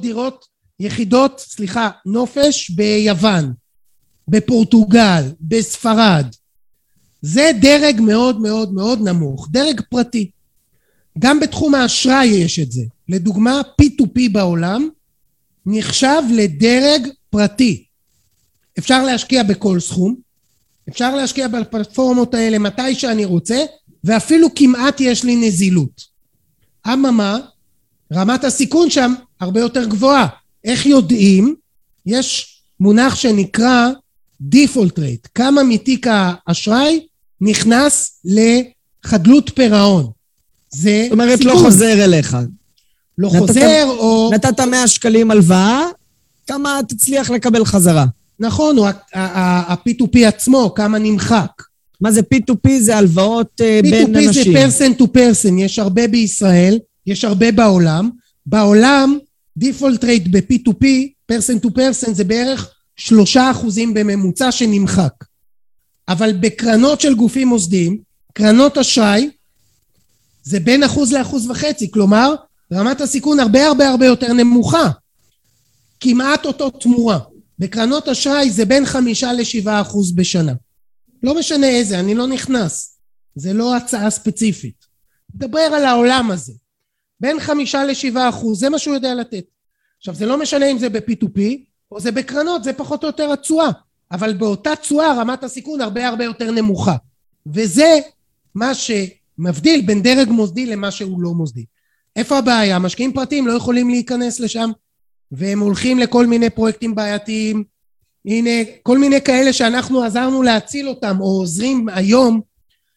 נופש ביוון, בפורטוגל, בספרד. זה דרג מאוד מאוד מאוד נמוך, דרג פרטי. גם בתחום האשראי יש את זה. לדוגמה, P2P בעולם נחשב לדרג פרטי. אפשר להשקיע בכל סכום, אפשר להשקיע בפלטפורמות האלה מתי שאני רוצה, ואפילו כמעט יש לי נזילות. אממה, רמת הסיכון שם הרבה יותר גבוהה. איך יודעים? יש מונח שנקרא default rate. כמה מתיק האשראי נכנס לחדלות פירעון. זאת אומרת, לא חוזר אליך. לא חוזר או... נתת 100 שקלים הלוואה, כמה תצליח לקבל חזרה. נכון, או ה-P2P עצמו, כמה נמחק. מה זה P2P? זה הלוואות בין אנשים. P2P זה person to person, יש הרבה בישראל, יש הרבה בעולם. בעולם, default rate ב-P2P, person to person, זה בערך 3% בממוצע שנמחק. אבל בקרנות של גופים מוסדיים, קרנות אשראי, זה בין 1% ל1.5%, כלומר, רמת הסיכון הרבה יותר נמוכה. כמעט אותו תמורה. בקרנות אשראי זה בין 5-7% בשנה. לא משנה איזה, אני לא נכנס. זה לא הצעה ספציפית. דבר על העולם הזה. בין 5-7%, זה מה שהוא יודע לתת. עכשיו, זה לא משנה אם זה ב-P2P, או זה בקרנות, זה פחות או יותר התשואה. אבל באותה תשואה, רמת הסיכון הרבה יותר נמוכה. וזה מה שמבדיל בין דרג מוסדי למה שהוא לא מוסדי. איפה הבעיה? משקיעים פרטיים לא יכולים להיכנס לשם, והם הולכים לכל מיני פרויקטים בעייתיים. הנה, כל מיני כאלה שאנחנו עזרנו להציל אותם, או עוזרים היום.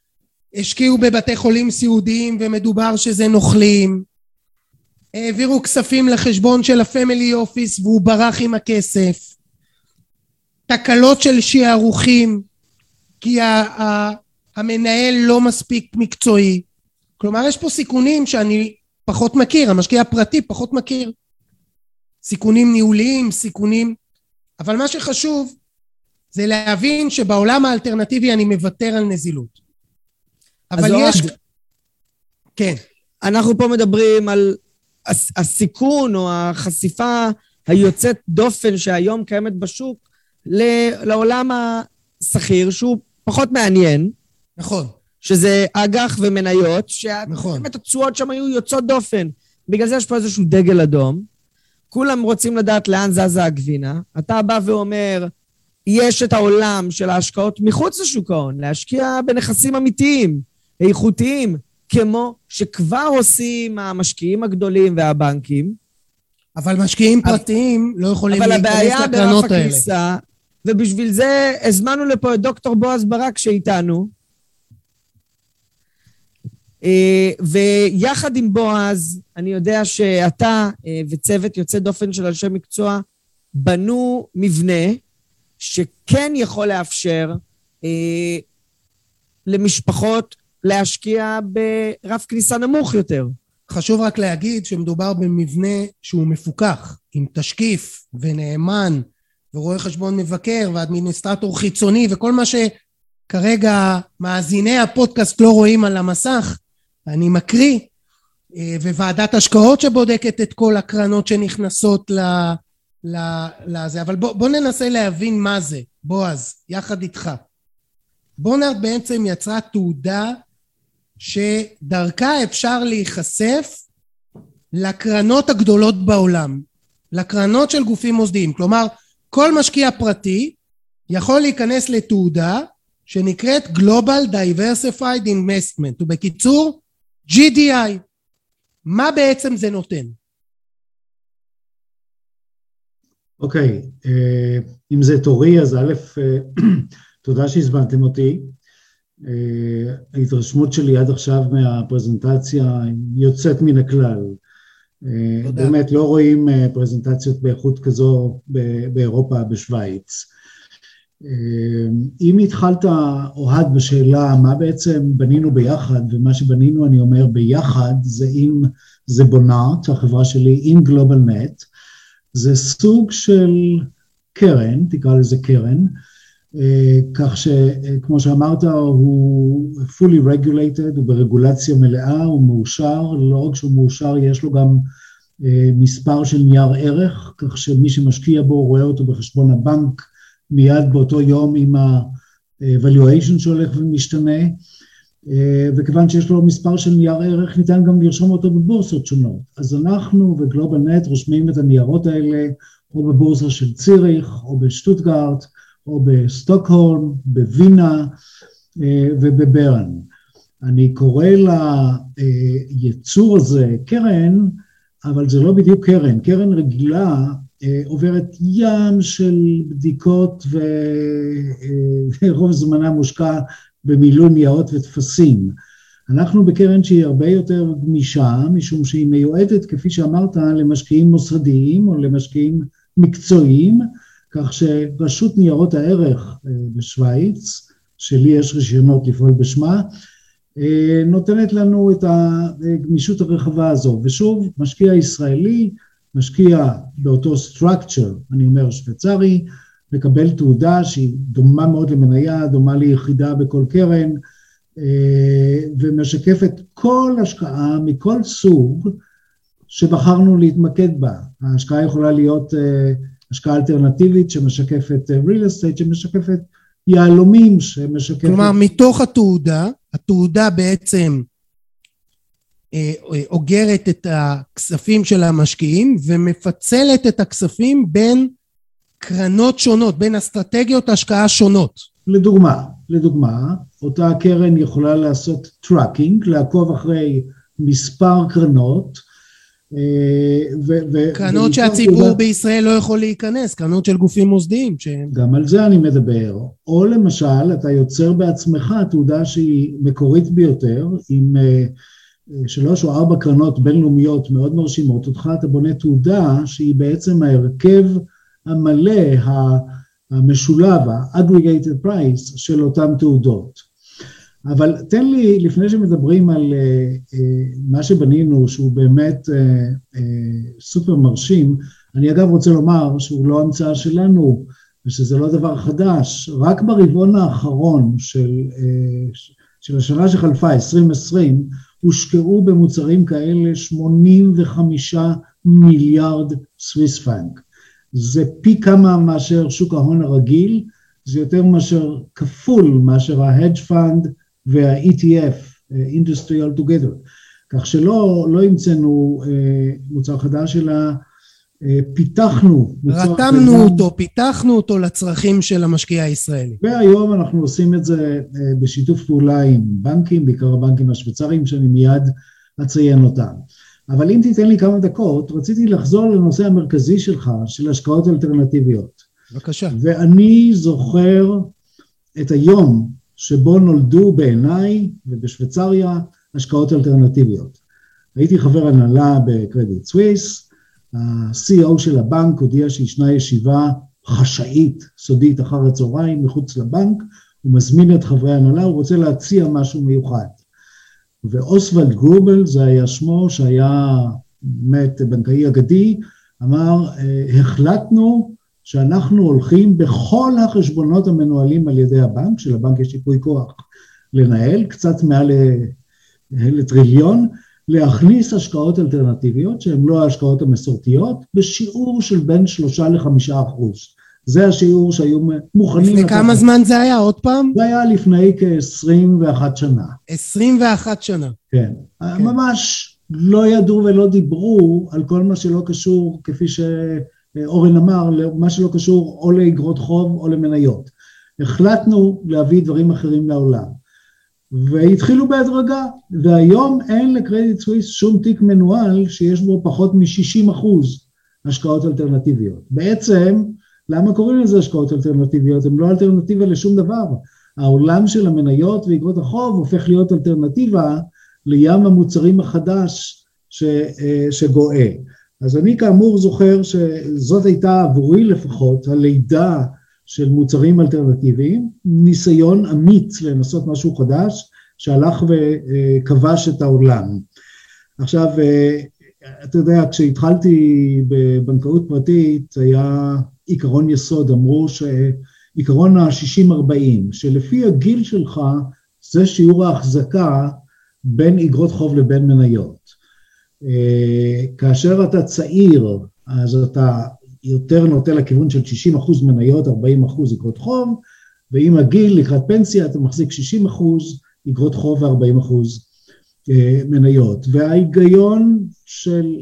השקיעו בבתי חולים סיעודיים ומדובר שזה נוכלים, העבירו כספים לחשבון של הפמילי אופיס והוא ברח עם הכסף, תקלות של שערוכים כי המנהל לא מספיק מקצועי, כלומר יש פה סיכונים שאני פחות מכיר, המשקיע הפרטי פחות מכיר, סיכונים ניהוליים, סיכונים, אבל מה שחשוב זה להבין שבעולם האלטרנטיבי אני מוותר על נזילות. אבל יש... כן. אנחנו פה מדברים על הסיכון או החשיפה היוצאת דופן שהיום קיימת בשוק לעולם השכיר שהוא פחות מעניין. נכון. שזה אג"ח ומניות, נכון. שבאמת התשואות שם היו יוצאות דופן. בגלל זה יש פה איזשהו דגל אדום. כולם רוצים לדעת לאן זזה הגבינה. אתה בא ואומר, יש את העולם של ההשקעות מחוץ לשוק ההון, להשקיע בנכסים אמיתיים, איכותיים, כמו שכבר עושים המשקיעים הגדולים והבנקים. אבל משקיעים פרטיים לא יכולים להיכנס לקרנות האלה. אבל הבעיה ברף הכניסה, ובשביל זה הזמנו לפה את דוקטור בועז ברק שאיתנו, ויחד עם בועז, אני יודע שאתה וצוות יוצא דופן של אנשי מקצוע, בנו מבנה שכן יכול לאפשר למשפחות להשקיע ברף כניסה נמוך יותר. חשוב רק להגיד שמדובר במבנה שהוא מפוקח, עם תשקיף ונאמן, ורואה חשבון מבקר ואדמיניסטרטור חיצוני, וכל מה שכרגע מאזיני הפודקאסט לא רואים על המסך, אני מקריא, וועדת השקעות שבודקת את כל הקרנות שנכנסות לזה, אבל בוא ננסה להבין מה זה, בועז, יחד איתך. בונארד בעצם יצרה תעודה שדרכה אפשר להיחשף לקרנות הגדולות בעולם, לקרנות של גופים מוסדיים, כלומר כל משקיע פרטי יכול להיכנס לתעודה שנקראת Global Diversified Investment, ובקיצור GDI. מה בעצם זה נותן? אוקיי, אם זה תורי, אז א', תודה שהזמנתם אותי. ההתרשמות שלי עד עכשיו מהפרזנטציה יוצאת מן הכלל. תודה. באמת לא רואים פרזנטציות באיכות כזו באירופה, בשוויץ. אם התחלת אוהד בשאלה מה בעצם בנינו ביחד, ומה שבנינו אני אומר ביחד זה בונארט, החברה שלי עם GlobalNet, זה סוג של קרן, תקרא לזה קרן, כך שכמו שאמרת הוא fully regulated, הוא ברגולציה מלאה, הוא מאושר, לא רק שהוא מאושר יש לו גם מספר של נייר ערך, כך שמי שמשקיע בו רואה אותו בחשבון הבנק, מיד באותו יום עם ה-valuation שהולך ומשתנה, וכיוון שיש לו מספר של נייר ערך, ניתן גם לרשום אותו בבורסות שונות. אז אנחנו וגלובלנט רושמים את הניירות האלה, או בבורסה של ציריך, או בשטוטגרט, או בסטוקהולם, בווינה ובברן. אני קורא ליצור הזה קרן, אבל זה לא בדיוק קרן. קרן רגילה עוברת ים של בדיקות ורוב זמנה מושקע במילוי ניירות ותפסים. אנחנו בקרן שהיא הרבה יותר גמישה, משום שהיא מיועדת, כפי שאמרת, למשקיעים מוסדיים או למשקיעים מקצועיים, כך שרשות ניירות הערך בשוויץ, שלי יש רישיונות לפעול בשמה, נותנת לנו את הגמישות הרחבה הזו. ושוב, משקיע ישראלי, משקיע באותו structure, אני אומר שוויצרי, מקבל תעודה שהיא דומה מאוד למניה, דומה ליחידה בכל קרן, ומשקפת כל השקעה מכל סוג שבחרנו להתמקד בה. ההשקעה יכולה להיות השקעה אלטרנטיבית שמשקפת real estate, שמשקפת יהלומים, שמשקפת... כלומר, מתוך התעודה בעצם אוגרת את הכספים של המשקיעים, ומפצלת את הכספים בין קרנות שונות, בין אסטרטגיות השקעה שונות. לדוגמה, אותה קרן יכולה לעשות טראקינג, לעקוב אחרי מספר קרנות, קרנות שהציבור בישראל לא יכול להיכנס, קרנות של גופים מוסדיים. גם על זה אני מדבר. או למשל, אתה יוצר בעצמך תעודה שהיא מקורית ביותר, עם 3 או 4 קרנות בינלאומיות מאוד מרשימות, אותך אתה בונה תעודה שהיא בעצם ההרכב המלא, המשולב, ה-aggregated price של אותם תעודות. אבל תן לי, לפני שמדברים על מה שבנינו, שהוא באמת סופר מרשים, אני אגב רוצה לומר שהוא לא המצאה שלנו, ושזה לא דבר חדש. רק ברבעון האחרון של השנה שחלפה, 2020, הושקעו במוצרים כאלה 85 מיליארד סוויס פרנק. זה פי כמה מאשר שוק ההון הרגיל, זה יותר מאשר כפול מאשר ה-hedge fund וה-ETF, Industry Altogether. כך שלא המצאנו מוצר חדש, אלא פיתחנו. פיתחנו אותו לצרכים של המשקיע הישראלי. והיום אנחנו עושים את זה בשיתוף פעולה עם בנקים, בעיקר הבנקים השוויצריים, שאני מיד אציין אותם. אבל אם תיתן לי כמה דקות, רציתי לחזור לנושא המרכזי שלך, של השקעות אלטרנטיביות. בבקשה. ואני זוכר את היום שבו נולדו בעיניי ובשוויצריה השקעות אלטרנטיביות. הייתי חבר הנהלה בקרדיט סוויס, ה-CEO של הבנק הודיע שישנה ישיבה חשאית, סודית אחר הצהריים מחוץ לבנק, הוא מזמין את חברי הנהלה, הוא רוצה להציע משהו מיוחד. ואוסוולד גרובל, זה היה שמו, שהיה באמת בנקאי אגדי, אמר, החלטנו שאנחנו הולכים בכל החשבונות המנוהלים על ידי הבנק, שלבנק יש ייפוי כוח לנהל, קצת מעל לטריליון, להכניס השקעות אלטרנטיביות, שהן לא ההשקעות המסורתיות, בשיעור של בין 3-5%. זה השיעור שהיו מוכנים... לפני כמה זמן זה היה? עוד פעם? זה היה לפני כ-21 שנה. 21 שנה. כן. ממש לא ידעו ולא דיברו על כל מה שלא קשור, כפי שאורן אמר, מה שלא קשור או לאגרות חוב או למניות. החלטנו להביא דברים אחרים לעולם. והתחילו בהדרגה, והיום אין לקרדיט סוויס שום תיק מנוהל שיש בו פחות מ-60% השקעות אלטרנטיביות. בעצם, למה קוראים לזה השקעות אלטרנטיביות? הן לא אלטרנטיבה לשום דבר. העולם של המניות ואגרות החוב הופך להיות אלטרנטיבה לים המוצרים החדש שגואה. אז אני כאמור זוכר שזאת הייתה עבורי לפחות הלידה של מוצרים אלטרנטיביים, ניסיון אמיץ לנסות משהו חדש, שהלך וכבש את העולם. עכשיו, אתה יודע, כשהתחלתי בבנקאות פרטית, היה עיקרון יסוד, אמרו שעיקרון ה-60-40, שלפי הגיל שלך, זה שיעור ההחזקה בין אגרות חוב לבין מניות. כאשר אתה צעיר, אז אתה יותר נוטה לכיוון של 60% מניות, 40% אגרות חוב, ועם הגיל לקראת פנסיה אתה מחזיק 60% אגרות חוב ו40% מניות. וההיגיון של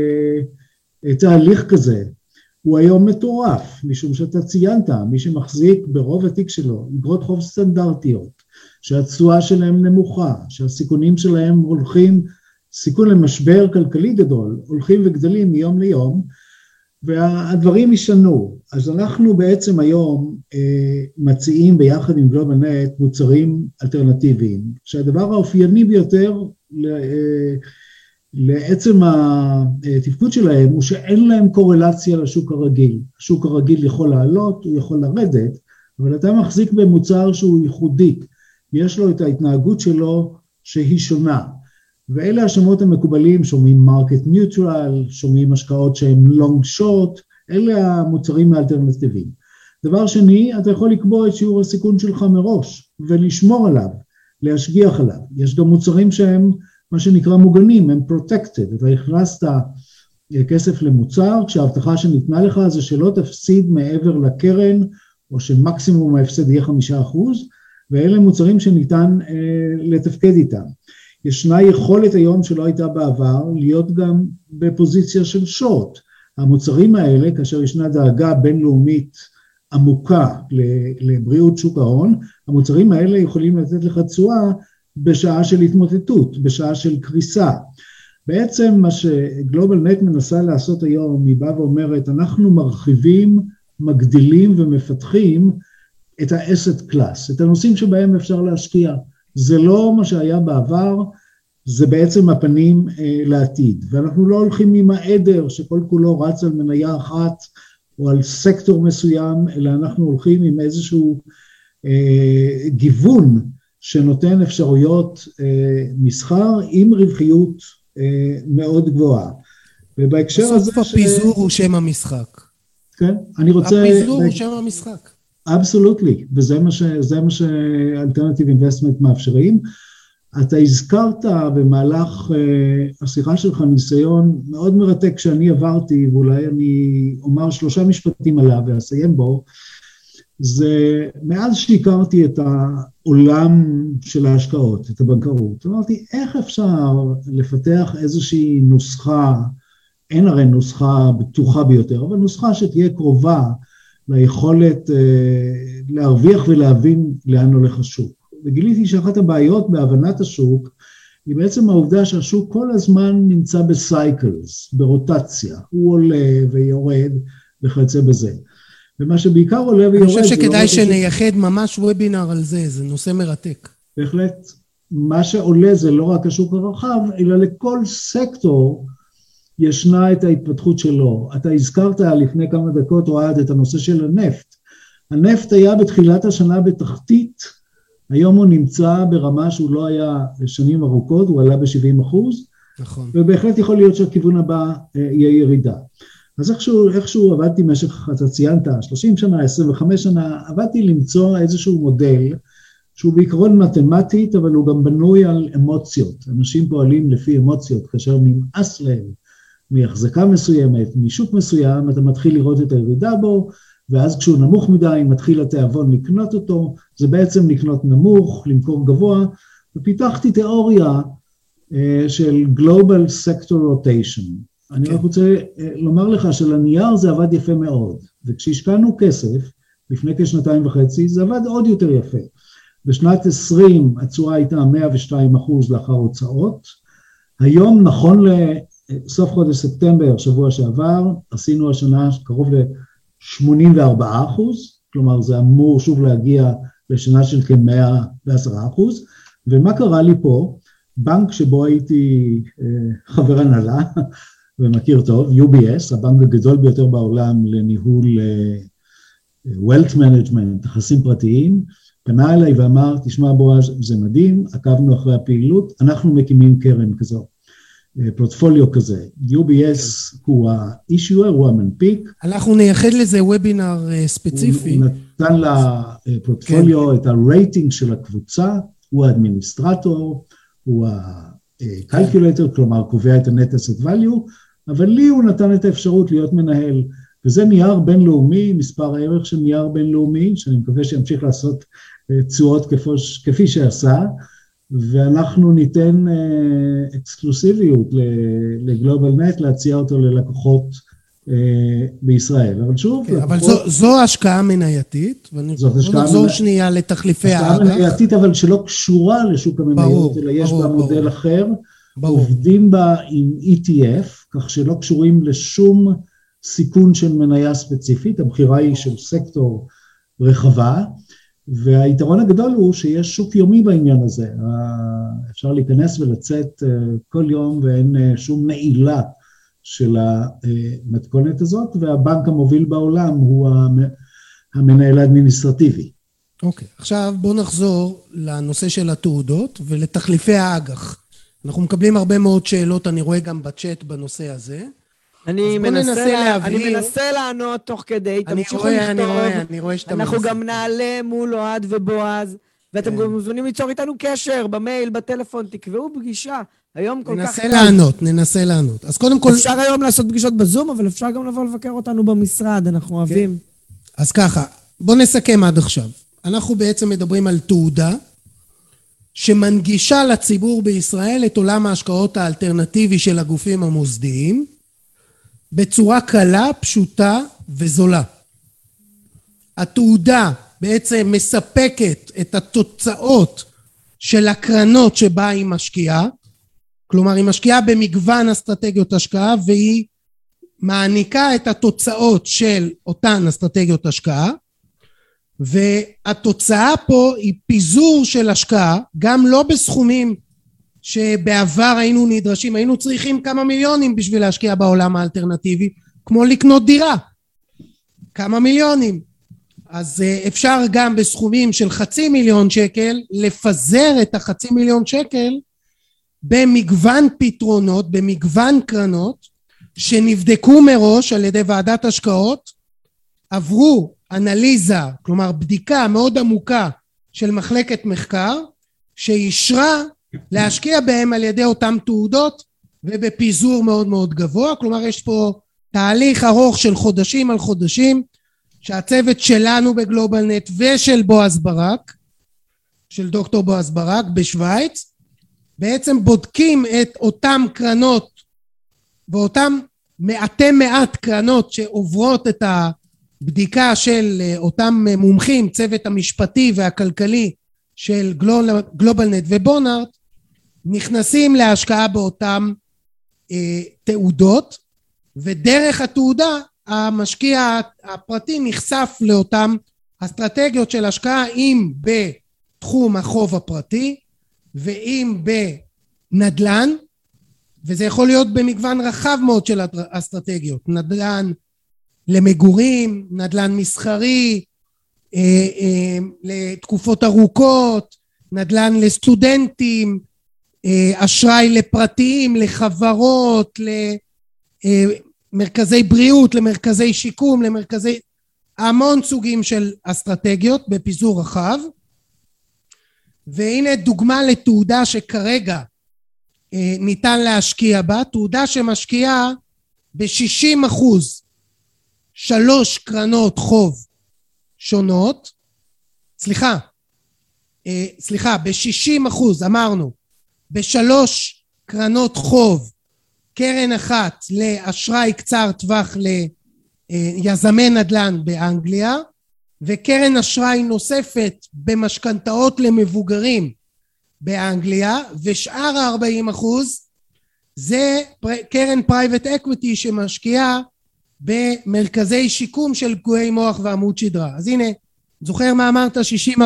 תהליך כזה הוא היום מטורף, משום שאתה ציינת, מי שמחזיק ברוב התיק שלו אגרות חוב סטנדרטיות, שהתשואה שלהם נמוכה, שהסיכונים שלהם הולכים, סיכון למשבר כלכלי גדול, הולכים וגדלים מיום ליום, והדברים ישנו. אז אנחנו בעצם היום מציעים ביחד עם גלובלנט מוצרים אלטרנטיביים, שהדבר האופייני ביותר לעצם התפקוד שלהם הוא שאין להם קורלציה לשוק הרגיל. השוק הרגיל יכול לעלות, הוא יכול לרדת, אבל אתה מחזיק במוצר שהוא ייחודי, יש לו את ההתנהגות שלו שהיא שונה. ואלה השמות המקובלים, שומעים מרקט ניוטרל, שומעים השקעות שהן לונג שוט, אלה המוצרים האלטרנטיביים. דבר שני, אתה יכול לקבוע את שיעור הסיכון שלך מראש, ולשמור עליו, להשגיח עליו. יש גם מוצרים שהם מה שנקרא מוגנים, הם protected. אתה הכנסת כסף למוצר, כשההבטחה שניתנה לך זה שלא תפסיד מעבר לקרן, או שמקסימום ההפסד יהיה 5%, ואלה מוצרים שניתן לתפקד איתם. ישנה יכולת היום שלא הייתה בעבר, להיות גם בפוזיציה של שורט. המוצרים האלה, כאשר ישנה דאגה בינלאומית עמוקה לבריאות שוק ההון, המוצרים האלה יכולים לתת לך תשואה בשעה של התמוטטות, בשעה של קריסה. בעצם מה שגלובלנט מנסה לעשות היום, היא באה ואומרת, אנחנו מרחיבים, מגדילים ומפתחים את ה-asset class, את הנושאים שבהם אפשר להשקיע. זה לא מה שהיה בעבר, זה בעצם הפנים לעתיד. ואנחנו לא הולכים עם העדר שכל כולו רץ על מניה אחת, או על סקטור מסוים, אלא אנחנו הולכים עם איזשהו גיוון שנותן אפשרויות מסחר עם רווחיות מאוד גבוהה. ובהקשר הזה... בסוף הפיזור הוא שם המשחק. כן, אני רוצה... הפיזור הוא שם המשחק. אבסולוטלי, וזה מה שאלטרנטיב אינבסטמנט מאפשרים. אתה הזכרת במהלך השיחה שלך ניסיון מאוד מרתק שאני עברתי, ואולי אני אומר 3 משפטים עליו ואסיים בו, זה מאז שהכרתי את העולם של ההשקעות, את הבנקאות, אמרתי, איך אפשר לפתח איזושהי נוסחה, אין הרי נוסחה בטוחה ביותר, אבל נוסחה שתהיה קרובה ליכולת להרוויח ולהבין לאן הולך השוק. וגיליתי שאחת הבעיות בהבנת השוק, היא בעצם העובדה שהשוק כל הזמן נמצא בסייקלס, ברוטציה, הוא עולה ויורד וכיוצא בזה. ומה שבעיקר עולה ויורד... אני חושב שכדאי שנייחד ממש וובינר על זה, זה נושא מרתק. בהחלט, מה שעולה זה לא רק השוק הרחב, אלא לכל סקטור ישנה את ההתפתחות שלו. אתה הזכרת לפני כמה דקות, אוהד, את הנושא של הנפט. הנפט היה בתחילת השנה בתחתית, היום הוא נמצא ברמה שהוא לא היה שנים ארוכות, הוא עלה ב-70%, נכון. ובהחלט יכול להיות שהכיוון הבא יהיה ירידה. אז איכשהו עבדתי משך, אתה ציינת, 30 שנה, 25 שנה, עבדתי למצוא איזשהו מודל, שהוא בעיקרון מתמטית, אבל הוא גם בנוי על אמוציות. אנשים פועלים לפי אמוציות, כאשר נמאס להם מהחזקה מסוימת, משוק מסוים, אתה מתחיל לראות את הירידה בו, ואז כשהוא נמוך מדי, מתחיל התיאבון לקנות אותו, זה בעצם לקנות נמוך, למכור גבוה, ופיתחתי תיאוריה של Global Sector Rotation. אני רק רוצה לומר לך שלנייר זה עבד יפה מאוד, וכשהשקענו כסף, לפני כשנתיים וחצי, זה עבד עוד יותר יפה. בשנת 20 התשואה הייתה 102% לאחר הוצאות, היום נכון לסוף חודש ספטמבר, שבוע שעבר, עשינו השנה קרוב ל-84%, כלומר זה אמור שוב להגיע לשנה של כ-110%, ומה קרה לי פה? בנק שבו הייתי חבר הנהלה, ומכיר טוב, UBS, הבנק הגדול ביותר בעולם לניהול wealth management, נכסים פרטיים, פנה אליי ואמר, תשמע בועז, זה מדהים, עקבנו אחרי הפעילות, אנחנו מקימים קרן כזו, פורטפוליו כזה, UBS הוא ה-issuer, הוא המנפיק. אנחנו נייחד לזה וובינר ספציפי. הוא נתן לפורטפוליו את הרייטינג של הקבוצה, הוא האדמיניסטרטור, הוא ה-calculator, כלומר קובע את ה-net asset value, אבל לי הוא נתן את האפשרות להיות מנהל, וזה נייר בינלאומי, מספר הערך של נייר בינלאומי, שאני מקווה שימשיך לעשות תשואות כפי שעשה, ואנחנו ניתן אקסקלוסיביות לגלובלנט, להציע אותו ללקוחות בישראל. אבל שוב... אבל זו השקעה מנייתית, ואני נחזור שנייה לתחליפי האג"ח. השקעה מנייתית, אבל שלא קשורה לשוק המניות, אלא יש בה מודל אחר, עובדים בה עם ETF, כך שלא קשורים לשום סיכון של מניה ספציפית, הבחירה היא של סקטור רחבה, והיתרון הגדול הוא שיש שוק יומי בעניין הזה, אפשר להיכנס ולצאת כל יום ואין שום נעילה של המתכונת הזאת, והבנק המוביל בעולם הוא המנהל האדמיניסטרטיבי. אוקיי, עכשיו בואו נחזור לנושא של התעודות ולתחליפי האג"ח. אנחנו מקבלים הרבה מאוד שאלות, אני רואה גם בצ'אט בנושא הזה. אני מנסה לענות תוך כדי, תמשיכו לכתוב. אני רואה שאתה אנחנו גם נעלה מול אוהד ובועז, ואתם גם מוזמנים ליצור איתנו קשר, במייל, בטלפון, תקבעו פגישה. היום כל כך... ננסה לענות. אז קודם כל... אפשר היום לעשות פגישות בזום, אבל אפשר גם לבוא לבקר אותנו במשרד, אנחנו אוהבים. אז ככה, בואו נסכם עד עכשיו. אנחנו בעצם מדברים על תעודה, שמנגישה לציבור בישראל את עולם ההשקעות האלטרנטיבי של הגופים המוסדיים, בצורה קלה, פשוטה וזולה. התעודה בעצם מספקת את התוצאות של הקרנות שבה היא משקיעה, כלומר היא משקיעה במגוון אסטרטגיות השקעה והיא מעניקה את התוצאות של אותן אסטרטגיות השקעה, והתוצאה פה היא פיזור של השקעה, גם לא בסכומים שבעבר היינו נדרשים, היינו צריכים כמה מיליונים בשביל להשקיע בעולם האלטרנטיבי, כמו לקנות דירה, כמה מיליונים. אז אפשר גם בסכומים של 500,000 שקל לפזר את ה500,000 שקל במגוון פתרונות, במגוון קרנות שנבדקו מראש על ידי ועדת השקעות, עברו אנליזה, כלומר בדיקה מאוד עמוקה של מחלקת מחקר שאישרה להשקיע בהם על ידי אותם תעודות ובפיזור מאוד מאוד גבוה. כלומר יש פה תהליך ארוך של חודשים על חודשים שהצוות שלנו בגלובלנט ושל בועז ברק, של דוקטור בועז ברק בשוויץ, בעצם בודקים את אותם קרנות ואותם מעט קרנות שעוברות את הבדיקה של אותם מומחים, צוות המשפטי והכלכלי של גלובלנט ובונארט, נכנסים להשקעה באותם תעודות, ודרך התעודה המשקיע הפרטי נחשף לאותם אסטרטגיות של השקעה, אם בתחום החוב הפרטי ואם בנדלן, וזה יכול להיות במגוון רחב מאוד של אסטרטגיות, נדלן למגורים, נדלן מסחרי, לתקופות ארוכות, נדלן לסטודנטים, אשראי לפרטיים, לחברות, למרכזי בריאות, למרכזי שיקום, למרכזי, המון סוגים של אסטרטגיות בפיזור רחב. והנה דוגמה לתעודה שכרגע ניתן להשקיע בה, תעודה שמשקיעה ב-60%, 3 קרנות חוב שונות, ב-60%, אמרנו, ב3 קרנות חוב, קרן אחת לאשראי קצר טווח ליזמי נדל"ן באנגליה, וקרן אשראי נוספת במשכנתאות למבוגרים באנגליה, ושאר 40% זה קרן פרייבט אקוויטי שמשקיעה במרכזי שיקום של פגועי מוח ועמוד שדרה. אז הנה, זוכר מה אמרת 60-40?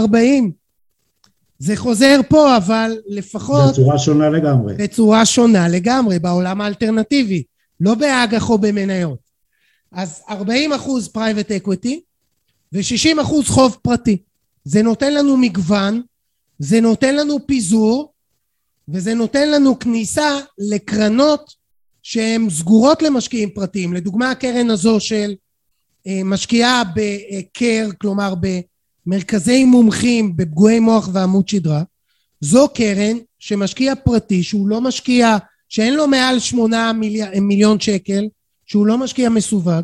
זה חוזר פה, אבל לפחות בצורה שונה לגמרי. בצורה שונה לגמרי, בעולם האלטרנטיבי, לא באג"ח או במניות. אז 40% פרייבט אקוויטי ו60% חוב פרטי. זה נותן לנו מגוון, זה נותן לנו פיזור, וזה נותן לנו כניסה לקרנות שהן סגורות למשקיעים פרטיים. לדוגמה, הקרן הזו של משקיעה בקר, כלומר במרכזי מומחים בפגועי מוח ועמוד שדרה, זו קרן שמשקיע פרטי, שהוא לא משקיע, שאין לו מעל 8 מיליון שקל, שהוא לא משקיע מסווג,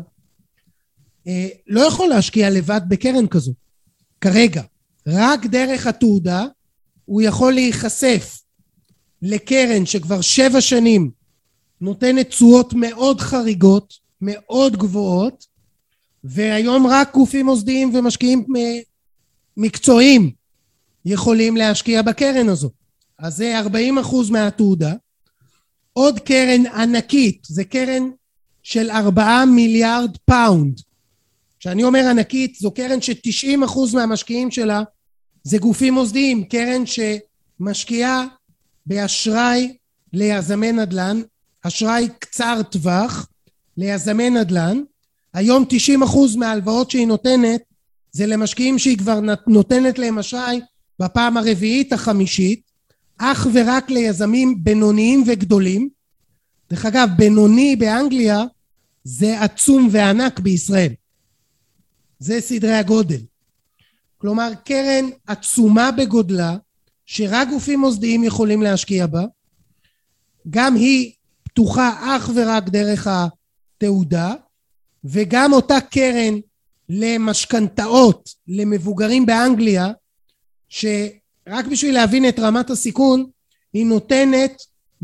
לא יכול להשקיע לבד בקרן כזו. כרגע, רק דרך התעודה, הוא יכול להיחשף לקרן שכבר 7 שנים נותנת תשואות מאוד חריגות, מאוד גבוהות, והיום רק גופים מוסדיים ומשקיעים מקצועיים יכולים להשקיע בקרן הזו. אז זה 40% מהתעודה. עוד קרן ענקית, זה קרן של 4 מיליארד פאונד. כשאני אומר ענקית, זו קרן ש90% מהמשקיעים שלה זה גופים מוסדיים, קרן שמשקיעה באשראי ליזמי נדל"ן, אשראי קצר טווח ליזמי נדל"ן. היום 90% מההלוואות שהיא נותנת זה למשקיעים שהיא כבר נותנת להם אשראי בפעם הרביעית, החמישית, אך ורק ליזמים בינוניים וגדולים. דרך אגב, בינוני באנגליה זה עצום וענק בישראל. זה סדרי הגודל. כלומר, קרן עצומה בגודלה, שרק גופים מוסדיים יכולים להשקיע בה, גם היא פתוחה אך ורק דרך התעודה, וגם אותה קרן למשכנתאות למבוגרים באנגליה, שרק בשביל להבין את רמת הסיכון, היא נותנת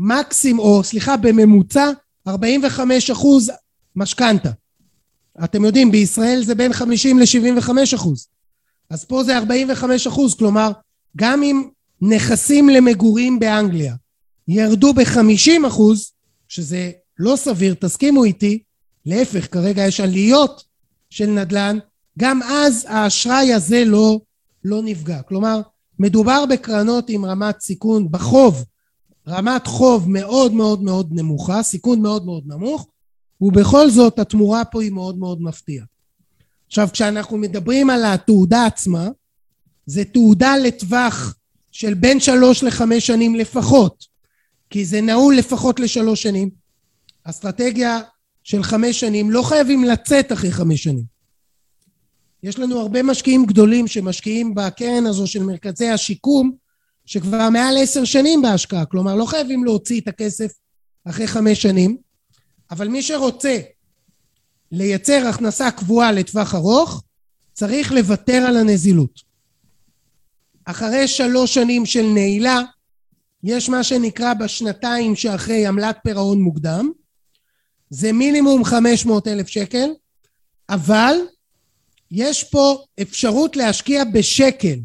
בממוצע 45% משכנתה. אתם יודעים, בישראל זה בין 50 ל-75%. אז פה זה 45%, כלומר, גם אם נכסים למגורים באנגליה, ירדו ב-50%, שזה לא סביר, תסכימו איתי, להפך, כרגע יש עליות של נדל"ן, גם אז האשראי הזה לא נפגע. כלומר, מדובר בקרנות עם רמת סיכון בחוב, רמת חוב מאוד מאוד מאוד נמוכה, סיכון מאוד מאוד נמוך, ובכל זאת התמורה פה היא מאוד מאוד מפתיעה. עכשיו, כשאנחנו מדברים על התעודה עצמה, זה תעודה לטווח של בין 3 ל-5 שנים לפחות, כי זה נעול לפחות ל3 שנים. אסטרטגיה של 5 שנים, לא חייבים לצאת אחרי 5 שנים. יש לנו הרבה משקיעים גדולים שמשקיעים בקרן הזו של מרכזי השיקום, שכבר מעל 10 שנים בהשקעה, כלומר לא חייבים להוציא את הכסף אחרי 5 שנים, אבל מי שרוצה לייצר הכנסה קבועה לטווח ארוך, צריך לוותר על הנזילות. אחרי 3 שנים של נעילה, יש מה שנקרא בשנתיים שאחרי עמלת פירעון מוקדם, זה מינימום 500,000 שקל, אבל יש פה אפשרות להשקיע בשקל,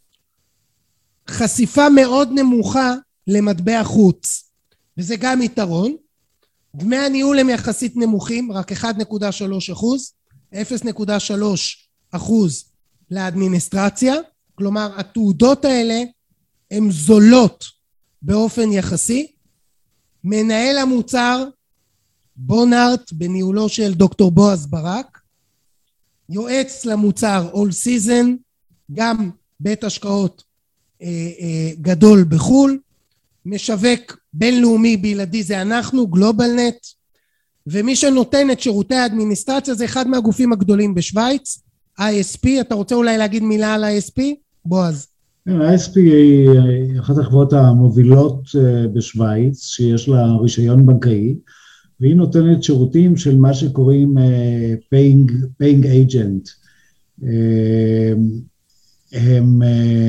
חשיפה מאוד נמוכה למטבע חוץ, וזה גם יתרון. דמי הניהול הם יחסית נמוכים, רק 1.3%, 0.3% לאדמיניסטרציה, כלומר התעודות האלה הן זולות באופן יחסי. מנהל המוצר בונארט בניהולו של דוקטור בועז ברק, יועץ למוצר All Season, גם בית השקעות גדול בחול, משווק בינלאומי בלעדי זה אנחנו, גלובלנט, ומי שנותן את שירותי האדמיניסטרציה זה אחד מהגופים הגדולים בשוויץ, ISP. אתה רוצה אולי להגיד מילה על ISP? בועז. ISP היא אחת החברות המובילות בשוויץ, שיש לה רישיון בנקאי, והיא נותנת שירותים של מה שקוראים paying agent. הם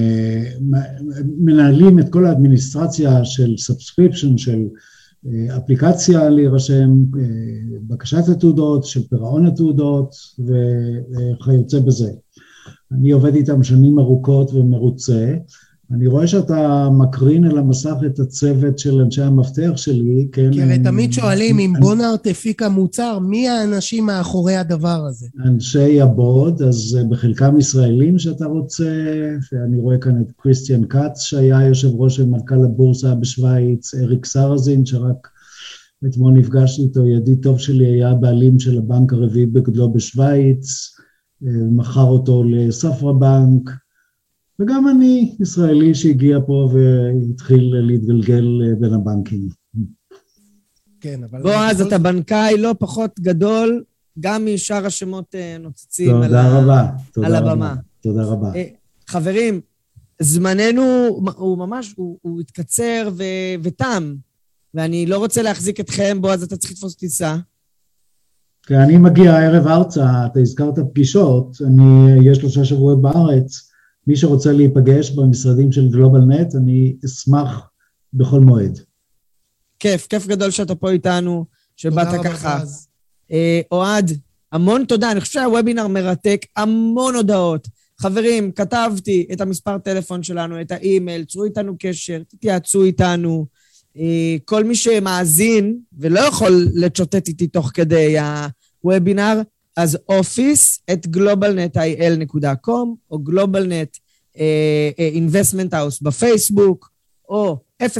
מנהלים את כל האדמיניסטרציה של subscription, של אפליקציה להירשם, בקשת התעודות, של פירעון התעודות וכיוצא בזה. אני עובד איתם שנים ארוכות ומרוצה. אני רואה שאתה מקרין על המסך את הצוות של אנשי המפתח שלי. כן, כי הרי תמיד שואלים אם בונארט הפיק המוצר, מי האנשים מאחורי הדבר הזה? אנשי הבוד, אז בחלקם ישראלים שאתה רוצה, ואני רואה כאן את קריסטיאן קאץ שהיה יושב ראש ומנכ"ל הבורסה בשוויץ, אריק סרזין שרק אתמול נפגשתי איתו, ידיד טוב שלי היה בעלים של הבנק הרביעי בגודלו בשוויץ, מכר אותו לספרא בנק, וגם אני ישראלי שהגיע פה והתחיל להתגלגל בין הבנקים. כן, אבל... בועז, אתה בנקאי לא פחות גדול, גם משאר השמות נוצצים על הבמה. תודה רבה. חברים, זמננו הוא ממש, הוא התקצר ותם, ואני לא רוצה להחזיק אתכם, בועז, אתה צריך לתפוס טיסה. כן, אני מגיע הערב ארצה, אתה הזכרת פגישות, יש 3 שבועות בארץ, מי שרוצה להיפגש במשרדים של גלובלנט, אני אשמח בכל מועד. כיף גדול שאתה פה איתנו, שבאת ככה. אוהד, המון תודה, אני חושב שהוובינר מרתק, המון הודעות. חברים, כתבתי את המספר טלפון שלנו, את האימייל, צרו איתנו קשר, תתייעצו איתנו. כל מי שמאזין ולא יכול לצ'וטט איתי תוך כדי הוובינר, אז office@globalnetil.com או globalnet investment house בפייסבוק, או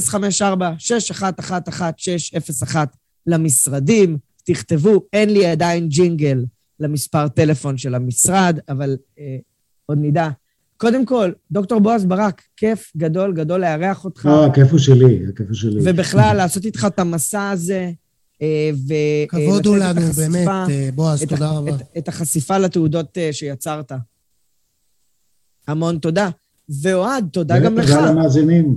054-6111-601 למשרדים. תכתבו, אין לי עדיין ג'ינגל למספר טלפון של המשרד, אבל עוד נדע. קודם כל, דוקטור בועז ברק, כיף גדול לארח אותך. הכיף הוא שלי. ובכלל, לעשות איתך את המסע הזה, כבוד הוא לנו, באמת, בועז, תודה רבה. את החשיפה לתעודות שיצרת. המון תודה. ואוהד, תודה גם לך. תודה למאזינים.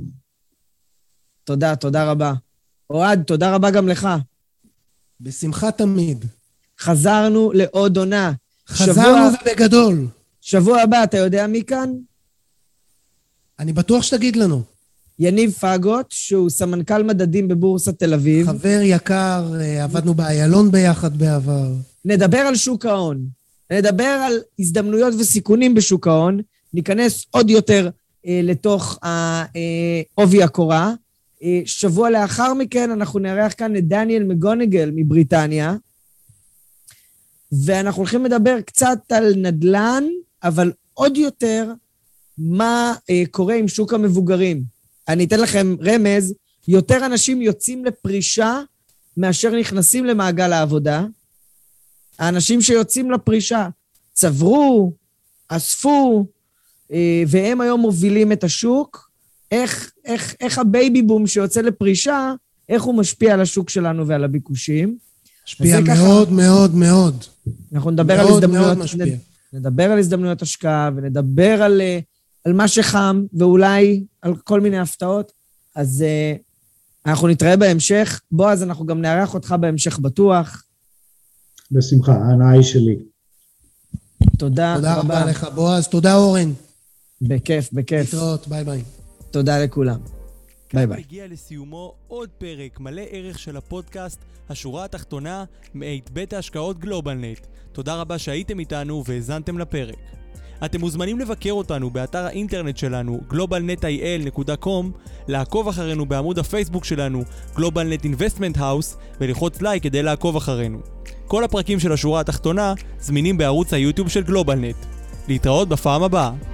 תודה רבה. אוהד, תודה רבה גם לך. בשמחה תמיד. חזרנו לעוד עונה. חזרנו ובגדול. שבוע הבא, אתה יודע מי כאן? אני בטוח שתגיד לנו. יניב פגות, שהוא סמנכ"ל מדדים בבורסת תל אביב. חבר יקר, עבדנו באיילון ביחד בעבר. נדבר על שוק ההון. נדבר על הזדמנויות וסיכונים בשוק ההון. ניכנס עוד יותר לתוך העובי הקורה. שבוע לאחר מכן אנחנו נארח כאן את דניאל מגונגל מבריטניה, ואנחנו הולכים לדבר קצת על נדל"ן, אבל עוד יותר מה קורה עם שוק המבוגרים. אני אתן לכם רמז, יותר אנשים יוצאים לפרישה מאשר נכנסים למעגל העבודה. האנשים שיוצאים לפרישה צברו, אספו, והם היום מובילים את השוק. איך הבייבי בום שיוצא לפרישה, איך הוא משפיע על השוק שלנו ועל הביקושים. משפיע מאוד מאוד מאוד. אנחנו נדבר על הזדמנויות, נדבר על הזדמנויות השקעה, ונדבר על מה שחם, ואולי על כל מיני הפתעות. אז אנחנו נתראה בהמשך. בועז, אנחנו גם נארח אותך בהמשך בטוח. בשמחה, ההנאה שלי. תודה רבה. תודה רבה לך, בועז. תודה, אורן. בכיף. להתראות, ביי ביי. תודה לכולם. ביי ביי. הגיע לסיומו עוד פרק מלא ערך של הפודקאסט השורה התחתונה מאת בית ההשקעות גלובלנט. תודה רבה שהייתם איתנו והזנתם לפרק. אתם מוזמנים לבקר אותנו באתר האינטרנט שלנו globalnetil.com, לעקוב אחרינו בעמוד הפייסבוק שלנו GlobalNet Investment House ולחוץ לייק כדי לעקוב אחרינו. כל הפרקים של השורה התחתונה זמינים בערוץ היוטיוב של גלובלנט. להתראות בפעם הבאה.